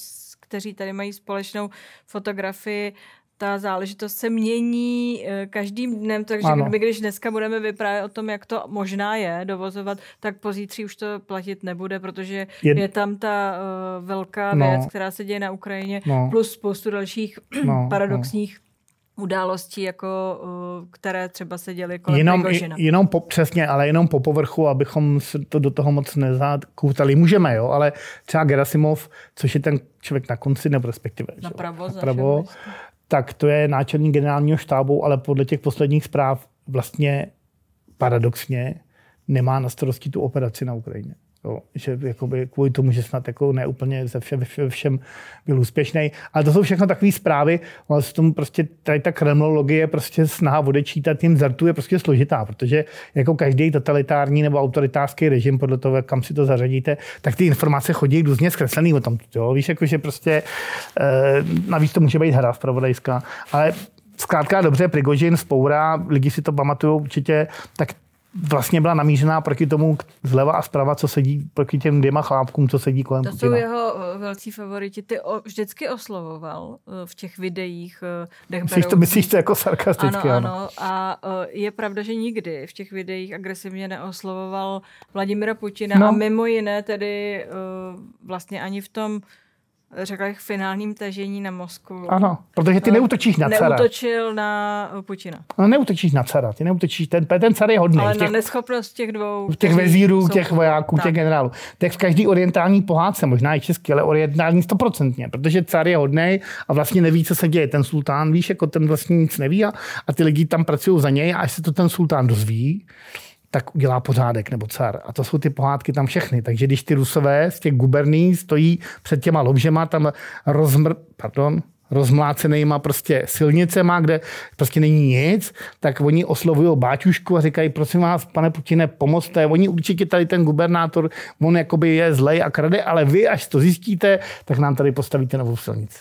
kteří tady mají společnou fotografii, ta záležitost se mění každým dnem, takže ano. my, když dneska budeme vyprávět o tom, jak to možná je dovozovat, tak pozítří už to platit nebude, protože je, je tam ta uh, velká no. věc, která se děje na Ukrajině, no. plus spoustu dalších no. paradoxních no. událostí, jako, uh, které třeba se děly kolem jenom, Prigožina. Jenom po, přesně, ale jenom po povrchu, abychom se to do toho moc nezakoutali. Můžeme, jo, ale třeba Gerasimov, což je ten člověk na konci, nebo respektive napravo, napravo tak to je náčelník generálního štábu, ale podle těch posledních zpráv vlastně paradoxně nemá na starosti tu operaci na Ukrajině. Jo, že jakoby kvůli tomu, že snad jako neúplně ze všem, všem byl úspěšný. Ale to jsou všechno takové zprávy, ale s tomu prostě tady ta kremlologie, prostě snaha odečítat jim zrtu je prostě složitá, protože jako každý totalitární nebo autoritářský režim, podle toho, kam si to zařadíte, tak ty informace chodí různě zkreslený o tom. Jo. Víš, jako, že prostě eh, navíc to může být hra zpravodajská, ale zkrátka dobře, Prigožin, vzpoura, lidi si to pamatují určitě, tak vlastně byla namířená proti tomu zleva a zprava, co sedí, proti těm dvěma chlápkům, co sedí kolem to Putina. To jsou jeho velcí favoriti. Ty o, vždycky oslovoval v těch videích. Myslíš to, myslíš to jako sarkasticky? Ano, ano. A je pravda, že nikdy v těch videích agresivně neoslovoval Vladimira Putina no. a mimo jiné tedy vlastně ani v tom řekla bych finálním tažení na Moskvu. Ano, protože ty neútočíš na cara. Neútočil na Putina. No, neútočíš na cara, ty neútočíš, ten, ten car je hodný. Ale těch, na neschopnost těch dvou. Těch vezírů, těch vojáků, tak. těch generálů. Tak v každý orientální pohádce, možná i český, ale orientální stoprocentně, protože car je hodný a vlastně neví, co se děje. Ten sultán, víš, jako ten vlastně nic neví a, a ty lidi tam pracují za něj a až se to ten sultán dozví, tak udělá pořádek nebo car. A to jsou ty pohádky tam všechny. Takže když ty Rusové z těch guberní stojí před těma lobžema, tam rozmr... Pardon, rozmlácenýma prostě silnicema, kde prostě není nic, tak oni oslovují báťušku a říkají, prosím vás, pane Putine, pomozte. Oni určitě tady ten gubernátor, on jakoby je zlej a krade, ale vy, až to zjistíte, tak nám tady postavíte novou silnici.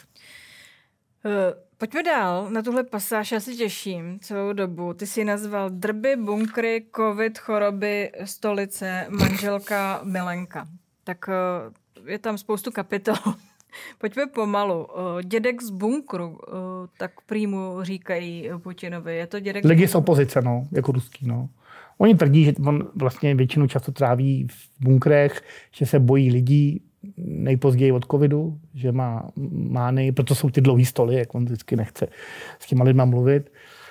Uh. Pojďme dál. Na tuhle pasáž já se těším celou dobu. Ty jsi nazval drby, bunkry, covid, choroby, stolice, manželka, milenka. Tak je tam spoustu kapitol. Pojďme pomalu. Dědek z bunkru, tak prýmu říkají Putinovi. Je to dědek Lidi z opozice, no, jako ruský, no. Oni tvrdí, že on vlastně většinu času tráví v bunkrech, že se bojí lidí, nejpozději od covidu, že má mány, proto jsou ty dlouhý stoly, jak on vždycky nechce s těma lidma mluvit.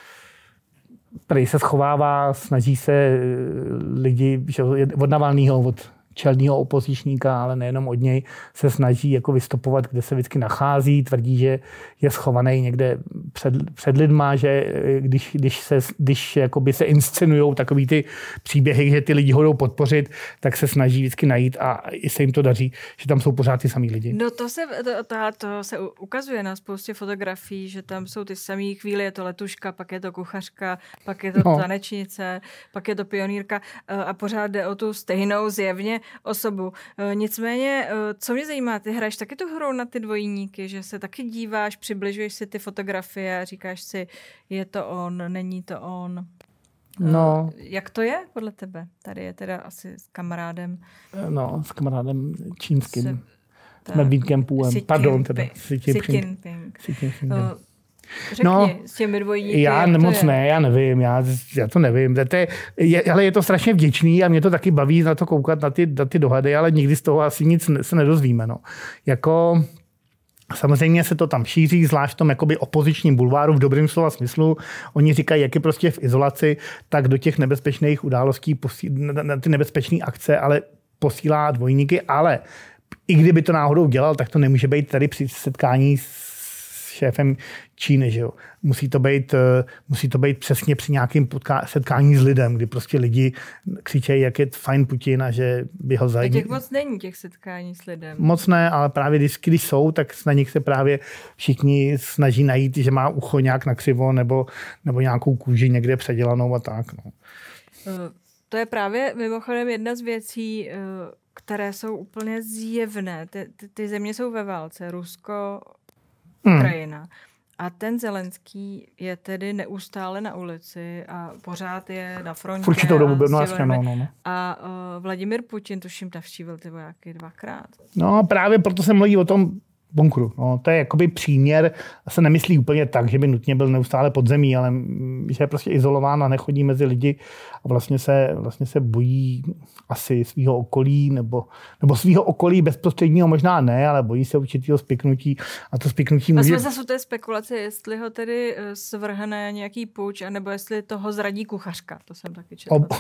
Prej se schovává, snaží se lidi, že od Navalnýho, od čelního opozičníka, ale nejenom od něj, se snaží jako vystopovat, kde se vždycky nachází, tvrdí, že je schovaný někde před, před lidma, že když, když se, když jakoby se inscenujou takový ty příběhy, že ty lidi ho jdou podpořit, tak se snaží vždycky najít a i se jim to daří, že tam jsou pořád ty samý lidi. No to se, to, to, to se ukazuje na spoustě fotografií, že tam jsou ty samý chvíli, je to letuška, pak je to kuchařka, pak je to no. tanečnice, pak je to pionýrka a pořád jde o tu stejnou zjevně osobu. Nicméně, co mě zajímá, ty hraješ taky tu hru na ty dvojníky, že se taky díváš, přibližuješ si ty fotografie a říkáš si, je to on, není to on. No. Jak to je podle tebe? Tady je teda asi s kamarádem. No, s kamarádem čínským. Se, s Medvídkem Půlem. Pardon, teda. Xi Jinping. Řekni, no, s těmi dvojníky. Já moc ne, já nevím, já, já to nevím. To je, je, ale je to strašně vděčný a mě to taky baví na to koukat, na ty, na ty dohady, ale nikdy z toho asi nic se nedozvíme. No. Jako, samozřejmě se to tam šíří, zvlášť v tom jakoby opozičním bulváru v dobrým slova smyslu. Oni říkají, jak je prostě v izolaci, tak do těch nebezpečných událostí, posí, na, na ty nebezpečné akce, ale posílá dvojníky, ale i kdyby to náhodou dělal, tak to nemůže být tady při setkání s šéfem Číny, že jo. Musí to být, musí to být přesně při nějakém setkání s lidem, kdy prostě lidi křičejí, jak je fajn Putin a že by ho zajímalo. Těch moc není těch setkání s lidem. Moc ne, ale právě když, když jsou, tak na nich se právě všichni snaží najít, že má ucho nějak nakřivo nebo, nebo nějakou kůži někde předělanou a tak. No. To je právě mimochodem jedna z věcí, které jsou úplně zjevné. Ty, ty, ty země jsou ve válce. Rusko, Ukrajina. Hmm. A ten Zelenský je tedy neustále na ulici a pořád je na frontě. V určitou dobu byl, no jasně, no, no, no. A uh, Vladimir Putin, tuším, navštívil ty vojáky dvakrát. No právě proto se mluví o tom, bunkru. No, to je jakoby příměr, se nemyslí úplně tak, že by nutně byl neustále pod zemí, ale že je prostě izolován a nechodí mezi lidi a vlastně se, vlastně se bojí asi svého okolí, nebo, nebo svého okolí bezprostředního možná ne, ale bojí se určitého spiknutí a to spiknutí může... A jsme zase u té spekulace, jestli ho tedy svrhne nějaký puč, anebo jestli toho zradí kuchařka. To jsem taky četla. Ob...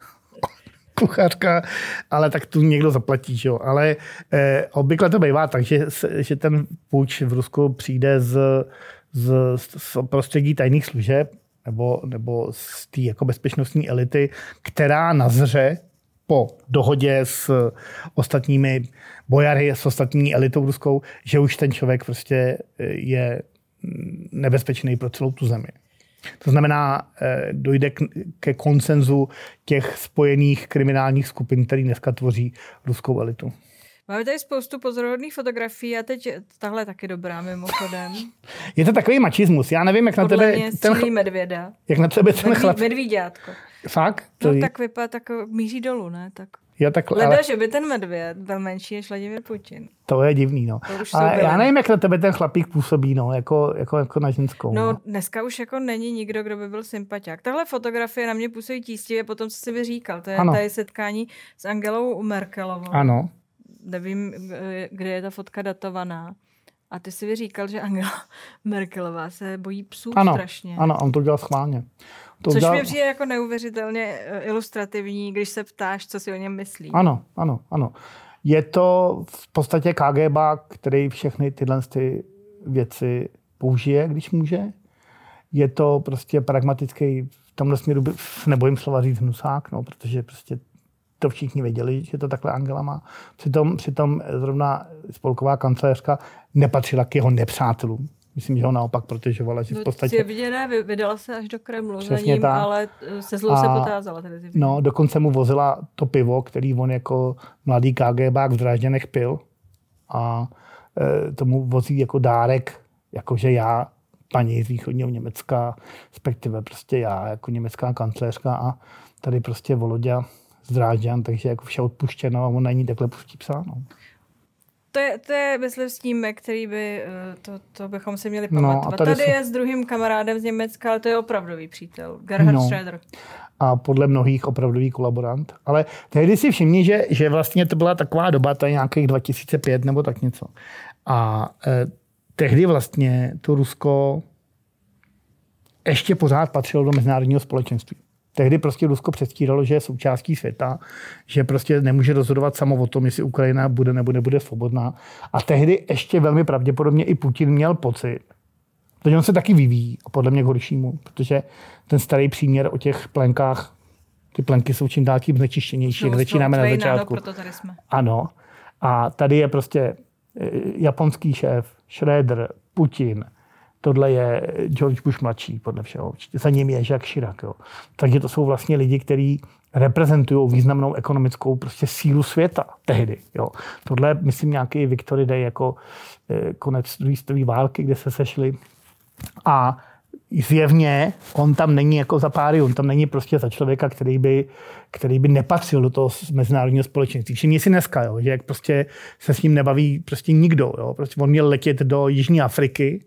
kuchařka, ale tak tu někdo zaplatí, jo. Ale eh, obvykle to bývá tak, že, že ten puč v Rusku přijde z, z, z prostředí tajných služeb nebo, nebo z té jako bezpečnostní elity, která nazře po dohodě s ostatními bojary, s ostatní elitou ruskou, že už ten člověk prostě je nebezpečný pro celou tu zemi. To znamená, dojde ke konsenzu těch spojených kriminálních skupin, které dneska tvoří ruskou elitu. Máme tady spoustu pozoruhodných fotografií a teď tahle taky dobrá mimochodem. Je to takový mačismus. Já nevím, jak na Podle tebe... mě ten cílí medvěda. Jak na tebe ten Medví, chlap... Medvíďátko. Fakt? No tak vypadá, tak míří dolů, ne? Tak... Já takhle, Leda, ale... že by ten medvěd byl menší než Vladimír Putin. To je divný, no. Ale já nevím, jak na tebe ten chlapík působí, no, jako, jako, jako na ženskou. No, no, dneska už jako není nikdo, kdo by byl sympatiák. Tahle fotografie na mě působí tístivě po tom, co jsi vyříkal. To je ano. tady setkání s Angelou Merkelovou. Ano. Nevím, kde je ta fotka datovaná. A ty si vyříkal, že Angela Merkelová se bojí psů ano, strašně. Ano, on to dělal schválně. To Což udělal... mi přijde jako neuvěřitelně ilustrativní, když se ptáš, co si o něm myslí. Ano, ano, ano. Je to v podstatě ká gé bé, který všechny tyhle ty věci použije, když může. Je to prostě pragmatický, v tomhle směru nebojím slova říct hnusák, no, protože prostě to všichni věděli, že to takhle Angela má. Přitom, přitom zrovna spolková kancléřka nepatřila k jeho nepřátelům. Myslím, že ho naopak protežovala, že v podstatě... Je viděné, vydala se až do Kremlu Přesně za ním, tak. ale se zlou se potázala. Tedy no, dokonce mu vozila to pivo, který on jako mladý ká gé bák v Drážďanech pil a e, tomu vozí jako dárek, jakože já, paní z východního Německa, respektive prostě já jako německá kancléřka a tady prostě Volodya z Drážďan, takže jako vše odpuštěno a on na ní takhle pustí psa. No. To je, to je, myslím, snímek, který by, to, to bychom si měli pamatovat. No, tady tady se... je s druhým kamarádem z Německa, ale to je opravdový přítel, Gerhard no. Schröder. A podle mnohých opravdový kolaborant. Ale tehdy si všimni, že, že vlastně to byla taková doba, to je nějakých dva tisíce pět nebo tak něco. A eh, tehdy vlastně to Rusko ještě pořád patřilo do mezinárodního společenství. Tehdy prostě Rusko předstíralo, že je součástí světa, že prostě nemůže rozhodovat samo o tom, jestli Ukrajina bude nebo nebude svobodná. A tehdy ještě velmi pravděpodobně i Putin měl pocit, protože on se taky vyvíjí a podle mě k horšímu, protože ten starý příměr o těch plenkách, ty plenky jsou čím dál tím znečištěnější, jak začínáme na začátku. No, proto tady jsme. Ano. A tady je prostě japonský šéf, Schröder, Putin, tohle je George Bush mladší, podle všeho. Za ním je Jacques Chirac. Jo. Takže to jsou vlastně lidi, kteří reprezentují významnou ekonomickou prostě sílu světa tehdy. Jo. Tohle, myslím, nějaký Victory Day jako eh, konec druhé světové války, kde se sešli. A zjevně on tam není jako za páry, on tam není prostě za člověka, který by, který by nepatřil do toho mezinárodního společenství. Všimni si dneska, jo, že jak prostě se s ním nebaví prostě nikdo. Jo. Prostě on měl letět do Jižní Afriky,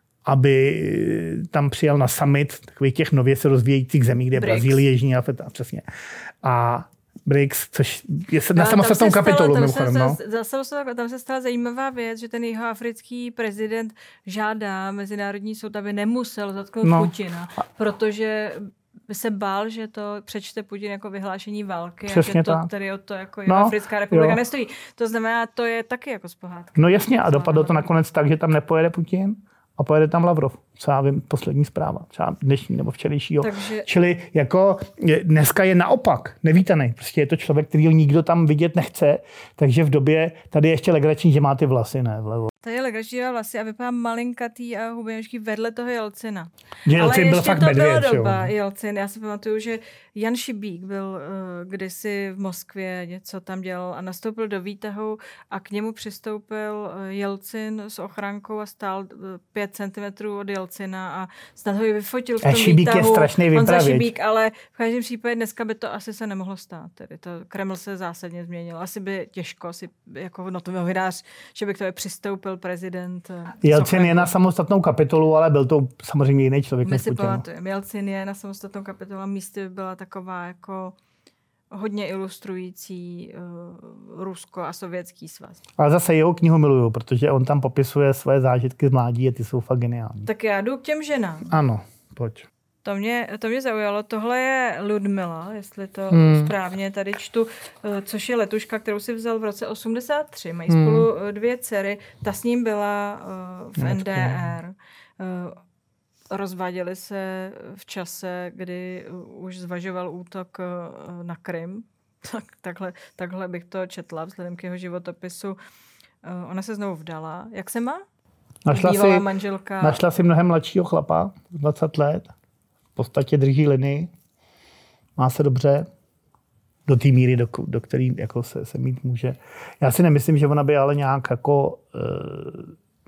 aby tam přijel na summit takových těch nově se rozvíjejících zemí, kde je Brazílie, Jižní Afrika, přesně. A B R I C S, což je na no, samostatnou kapitolu. Tam, mimochodem, no. se, tam se stala zajímavá věc, že ten jeho africký prezident žádá Mezinárodní soud, aby nemusel zatknout no. Putina, protože by se bál, že to přečte Putin jako vyhlášení války Přesně a že to tak. tady o to jako no, Africká republika jo. nestojí. To znamená, to je taky jako z pohádky. No jasně, a dopadlo to nakonec tak, že tam nepojede Putin a pojede tam Lavrov. Co já vím, poslední zpráva. Třeba dnešní nebo včerejšího. Takže... Čili jako dneska je naopak nevítaný. Prostě je to člověk, který nikdo tam vidět nechce. Takže v době, tady je ještě legrační, že má ty vlasy, ne, vlevo. Tady je legrační vlasy a vypadá malinkatý a hubeněčký vedle toho Jelcina. Jelcin byl fakt medvěd, Ale ještě to byla doba Jelcin. Já si pamatuju, že Jan Šibík byl uh, kdysi v Moskvě, něco tam dělal a nastoupil do výtahu a k němu přistoupil uh, Jelcin s ochrankou a stál uh, pět centimetrů od Jelcina a snad ho ji vyfotil v tom Šibík výtahu. Je strašný vypravěč. Šibík, ale v každém případě dneska by to asi se nemohlo stát. Tedy to Kreml se zásadně změnil. Asi by těžko, asi jako novinář, že by k tomu přistoupil byl prezident. Jelcin je na samostatnou kapitolu, ale byl to samozřejmě jiný člověk. My si pamatujeme, Jelcin je na samostatnou kapitolu a místy byla taková jako hodně ilustrující uh, Rusko a Sovětský svaz. Ale zase jeho knihu miluju, protože on tam popisuje své zážitky z mládí a ty jsou fakt geniální. Tak já jdu k těm ženám. Ano, pojď. To mě, to mě zaujalo. Tohle je Ludmila, jestli to hmm. správně tady čtu, což je letuška, kterou si vzal v roce osmdesát tři. Mají hmm. spolu dvě dcery. Ta s ním byla uh, v N D R. Uh, rozváděli se v čase, kdy už zvažoval útok uh, na Krym. Tak, takhle, takhle bych to četla vzhledem k jeho životopisu. Uh, ona se znovu vdala. Jak se má? Našla si, manželka. našla si mnohem mladšího chlapa, dvacet let. V podstatě drží linii, má se dobře, do té míry, do, do které jako se, se mít může. Já si nemyslím, že ona by ale nějak jako... Uh,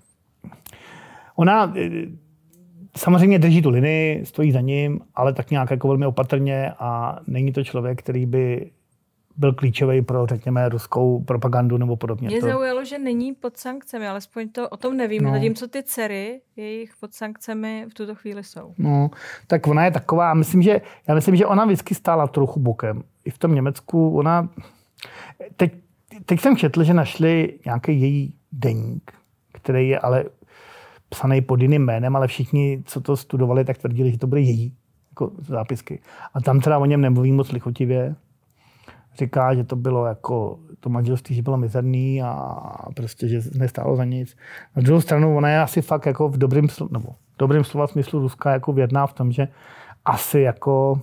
ona uh, samozřejmě drží tu linii, stojí za ním, ale tak nějak jako velmi opatrně a není to člověk, který by byl klíčový pro, řekněme, ruskou propagandu nebo podobně. Mě to... zaujalo, že není pod sankcemi, alespoň to o tom nevím. No. Zatímco ty dcery, jejich pod sankcemi v tuto chvíli jsou. No, tak ona je taková, myslím, že, já myslím, že ona vždycky stála trochu bokem. I v tom Německu ona... Teď, teď jsem četl, že našli nějaký její deník, který je ale psaný pod jiným jménem, ale všichni, co to studovali, tak tvrdili, že to byly její jako zápisky. A tam teda o něm nemluví moc lichotivě. Říká, že to bylo jako, to manželství, že bylo mizerný a prostě, že nestálo za nic. Na druhou stranu, ona je asi fakt jako v dobrým, nebo v dobrým slova smyslu Ruska jako věrná v tom, že asi jako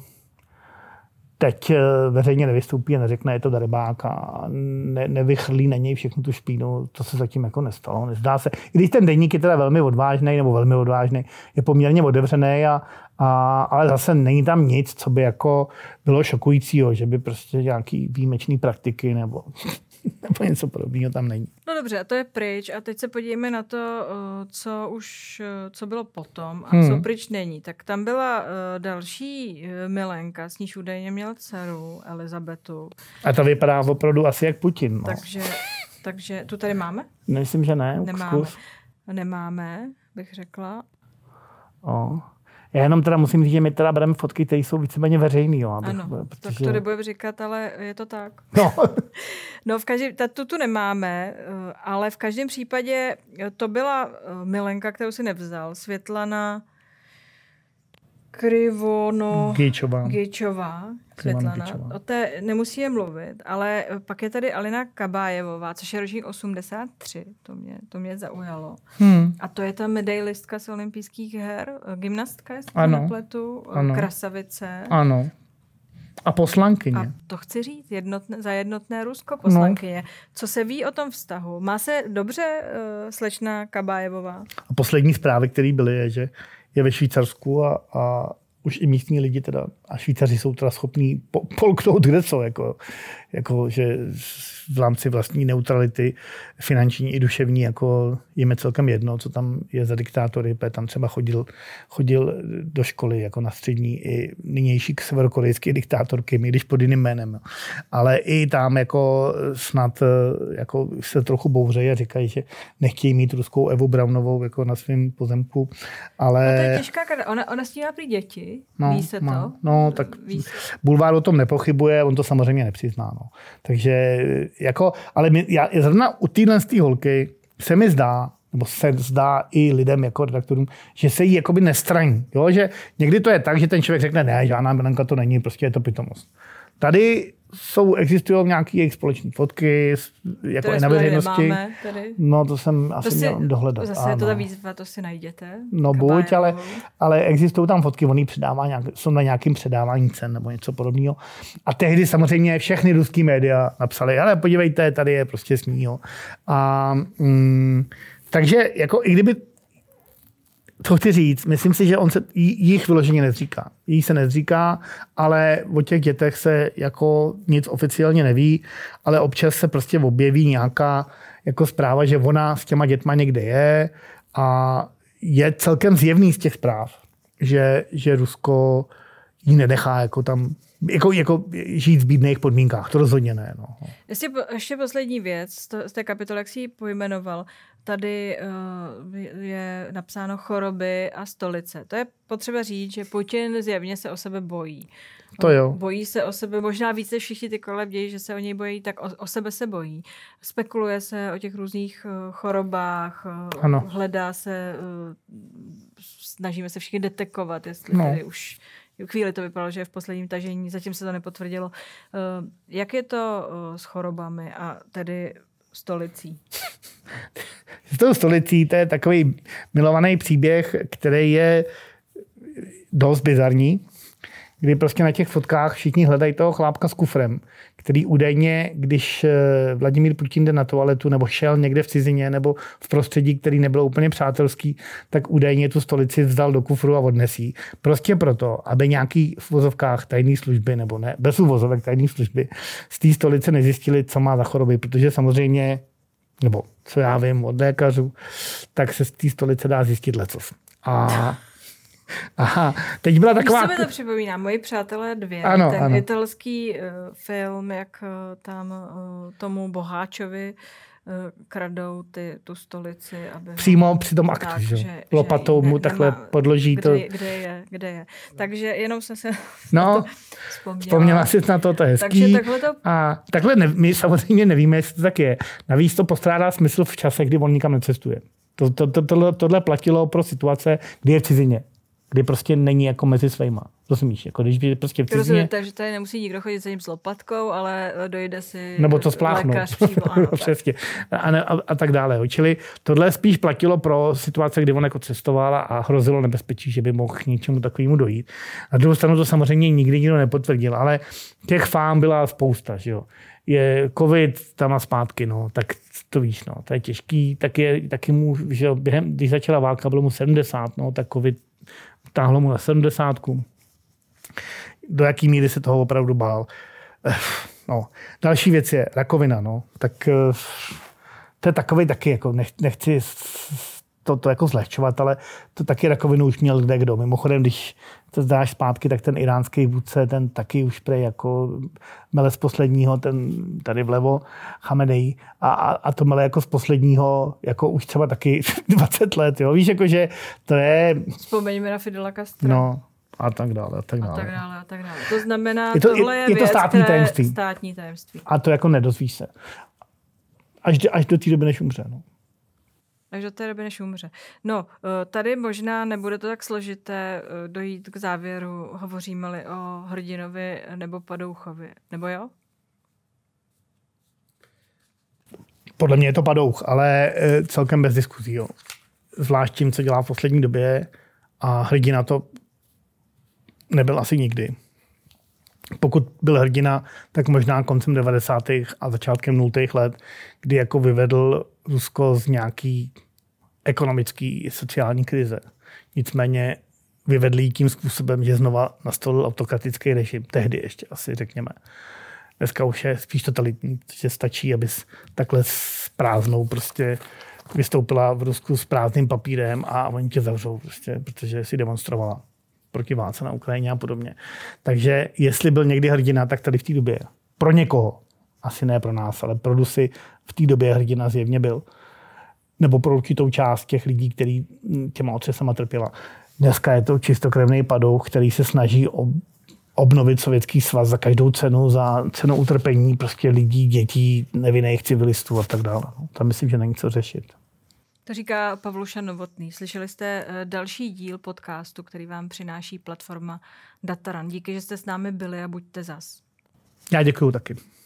teď veřejně nevystoupí a neřekne, je to darebák a ne, nevychrlí na něj všechnu tu špínu. To se zatím jako nestalo. Nezdá se. I když ten deník je teda velmi odvážný, nebo velmi odvážný, je poměrně otevřený, a, a, ale zase není tam nic, co by jako bylo šokujícího, že by prostě nějaký výjimečný praktiky nebo, nebo něco podobného tam není. No dobře, a to je pryč. A teď se podívejme na to, co už co bylo potom a hmm. co pryč není. Tak tam byla další milenka, s níž údajně měla dceru, Elizabetu. A to vypadá opravdu asi jak Putin. No. Takže, takže tu tady máme? Myslím, že ne. Nemáme. Zkus. Nemáme, bych řekla. O. Já jenom teda musím říct, že my teda bereme fotky, které jsou víceméně veřejný. Jo, abych, ano, protože... tak to nebudeme říkat, ale je to tak. No, no v každém, tu tu nemáme, ale v každém případě to byla milenka, kterou si nevzal. Světlana Krivono... Gejčová. Gejčová. Světlana. O té nemusíme mluvit, ale pak je tady Alina Kabájevová, což je ročník osmdesát tři. To mě, to mě zaujalo. Hmm. A to je ta medailistka z olympijských her, gymnastka, jestli to nepletu, krasavice. Ano. A poslankyně. A to chci říct, jednotné, za jednotné Rusko poslankyně. No. Co se ví o tom vztahu? Má se dobře uh, slečna Kabájevová? A poslední zprávy, které byly, je, že je ve Švýcarsku a, a už i místní lidi teda, a Švýcaři jsou teda schopní po, polknout kde co, jako, jako, že v rámci vlastní neutrality finanční i duševní, jako jim je celkem jedno, co tam je za diktátory, protože tam třeba chodil, chodil do školy jako na střední i nynější severokorejské diktátorky, i když pod jiným jménem. Ale i tam jako snad jako se trochu bouřejí a říkají, že nechtějí mít ruskou Evu Braunovou jako na svém pozemku. Ale... No to je těžká karta. Ona, ona s tím má prý děti. No, ví se to? Má. No, tak Bulvár o tom nepochybuje, on to samozřejmě nepřizná. No. Takže jako, ale my, já, zrovna u téhle holky se mi zdá, nebo se zdá i lidem jako redaktorům, že se jí jakoby nestraní. Jo? Že někdy to je tak, že ten člověk řekne, ne, žádná milenka to není, prostě je to pitomost. Tady jsou, existují nějaké jejich společné fotky, jako i na veřejnosti. Nemáme, tady. No to jsem asi to si, měl dohledat. Zase je to ta výzva, to si najděte. No buď, ale, ale existují tam fotky, oni předává nějak, jsou na nějakým předávání cen nebo něco podobného. A tehdy samozřejmě všechny ruský média napsali, ale podívejte, tady je prostě s ní. Jo. A mm, takže jako i kdyby to chci říct, myslím si, že on se jich vyloženě nezříká. Jí se nezříká, ale o těch dětech se jako nic oficiálně neví, ale občas se prostě objeví nějaká jako zpráva, že ona s těma dětma někde je a je celkem zjevný z těch zpráv, že, že Rusko jí nenechá jako tam jako, jako žít v bídných podmínkách. To rozhodně ne. No. Ještě, ještě poslední věc z té kapitoly, jak jsi ji pojmenoval. tady uh, je napsáno choroby a stolice. To je potřeba říct, že Putin zjevně se o sebe bojí. To jo. Bojí se o sebe, možná více všichni ty kolem dějí, že se o něj bojí, tak o, o sebe se bojí. Spekuluje se o těch různých uh, chorobách, uh, ano. hledá se, uh, snažíme se všichni detekovat, jestli no. tady už chvíli to vypadalo, že je v posledním tažení, zatím se to nepotvrdilo. Uh, jak je to uh, s chorobami a tedy stolicí? S tou stolicí to je takový milovaný příběh, který je dost bizarní, kdy prostě na těch fotkách všichni hledají toho chlápka s kufrem, který údajně, když Vladimír Putin jde na toaletu nebo šel někde v cizině nebo v prostředí, který nebylo úplně přátelský, tak údajně tu stolici vzdal do kufru a odnesí. Prostě proto, aby nějaký v uvozovkách tajné služby, nebo ne, bez uvozovek tajné služby, z té stolice nezjistili, co má za choroby, protože samozřejmě, nebo co já vím od lékařů, tak se z té stolice dá zjistit lecos. A aha, teď byla taková... Víš, co mi to připomíná? Moji přátelé dvě. Ano, ten ano. italský uh, film, jak uh, tam uh, tomu boháčovi uh, kradou ty, tu stolici. Aby Přímo ho... při tom aktu, tak, že? že Lopatou že mu ne, takhle nemá, podloží kde, to. Kde je, kde je. Takže jenom jsem se no, vzpomněla. Vzpomněla si na to, to je hezký. Takže takhle to... A takhle ne, my samozřejmě nevíme, jestli to tak je. Navíc to postrádá smysl v čase, kdy on nikam necestuje. To, to, to, tohle, tohle platilo pro situace, kdy je v cizině. Kdy prostě není jako mezi svejma. Rozumíš? Jako když je prostě v cizině... Rozumím, takže tady nemusí nikdo chodit za ním s lopatkou, ale dojde si nebo to spláchnout. Lékař přímo, ano, Přesně. A, ne, a, a tak dále. Jo. Čili tohle spíš platilo pro situace, kdy on jako cestoval a hrozilo nebezpečí, že by mohl k něčemu takovému dojít. Na druhou stranu to samozřejmě nikdy nikdo nepotvrdil, ale těch fám byla spousta. Že jo. Je covid tam a zpátky, no, tak to víš, no, to je těžký. Tak je, taky mu, že jo, během, když začala válka, bylo mu sedmdesát, no, tak covid táhlo mu na sedmdesátku. Do jaký míry se toho opravdu bál. No. Další věc je rakovina. No. Tak to je takový taky, jako nechci to, to jako zlehčovat, ale to taky rakovinu už měl kde kdo. Mimochodem, když to zdáš zpátky, tak ten iránský vůdce, ten taky už prej jako mele z posledního, ten tady vlevo, Chamenei, a, a, a to mele jako z posledního, jako už třeba taky dvacet let, jo. Víš, jakože to je... Vzpomeňme na Fidela Castra. No, a tak dále, a tak dále. A tak dále, a tak dále. To znamená, je to, tohle je, je to věc, státní tajemství. státní tajemství. A to jako nedozvíš se. Až, až do té doby, než umře, no. Až do té doby, než umře. No, tady možná nebude to tak složité dojít k závěru, hovoříme-li o hrdinovi nebo padouchovi. Nebo jo? Podle mě je to padouch, ale celkem bez diskuzí. Jo. Zvlášť tím, co dělá v poslední době, a hrdina to nebyl asi nikdy. Pokud byl hrdina, tak možná koncem devadesátých a začátkem nultých let, kdy jako vyvedl Rusko z nějaký ekonomický sociální krize. Nicméně vyvedli ji tím způsobem, že znova nastolil autokratický režim. Tehdy ještě asi, řekněme. Dneska už je spíš totalitní, že stačí, abys takhle s prázdnou prostě vystoupila v Rusku s prázdným papírem a oni tě zavřou, prostě, protože si demonstrovala proti válce na Ukrajině a podobně. Takže jestli byl někdy hrdina, tak tady v té době. Pro někoho, asi ne pro nás, ale pro Rusy v té době hrdina zjevně byl. Nebo pro určitou část těch lidí, kteří těma otřesama trpěla. Dneska je to čistokrevný padouch, který se snaží obnovit Sovětský svaz za každou cenu, za cenu utrpení prostě lidí, dětí, nevinných civilistů a tak dále. Tam myslím, že není co řešit. To říká Pavluša Novotný. Slyšeli jste další díl podcastu, který vám přináší platforma Dataran. Díky, že jste s námi byli a buďte zas. Já děkuju taky.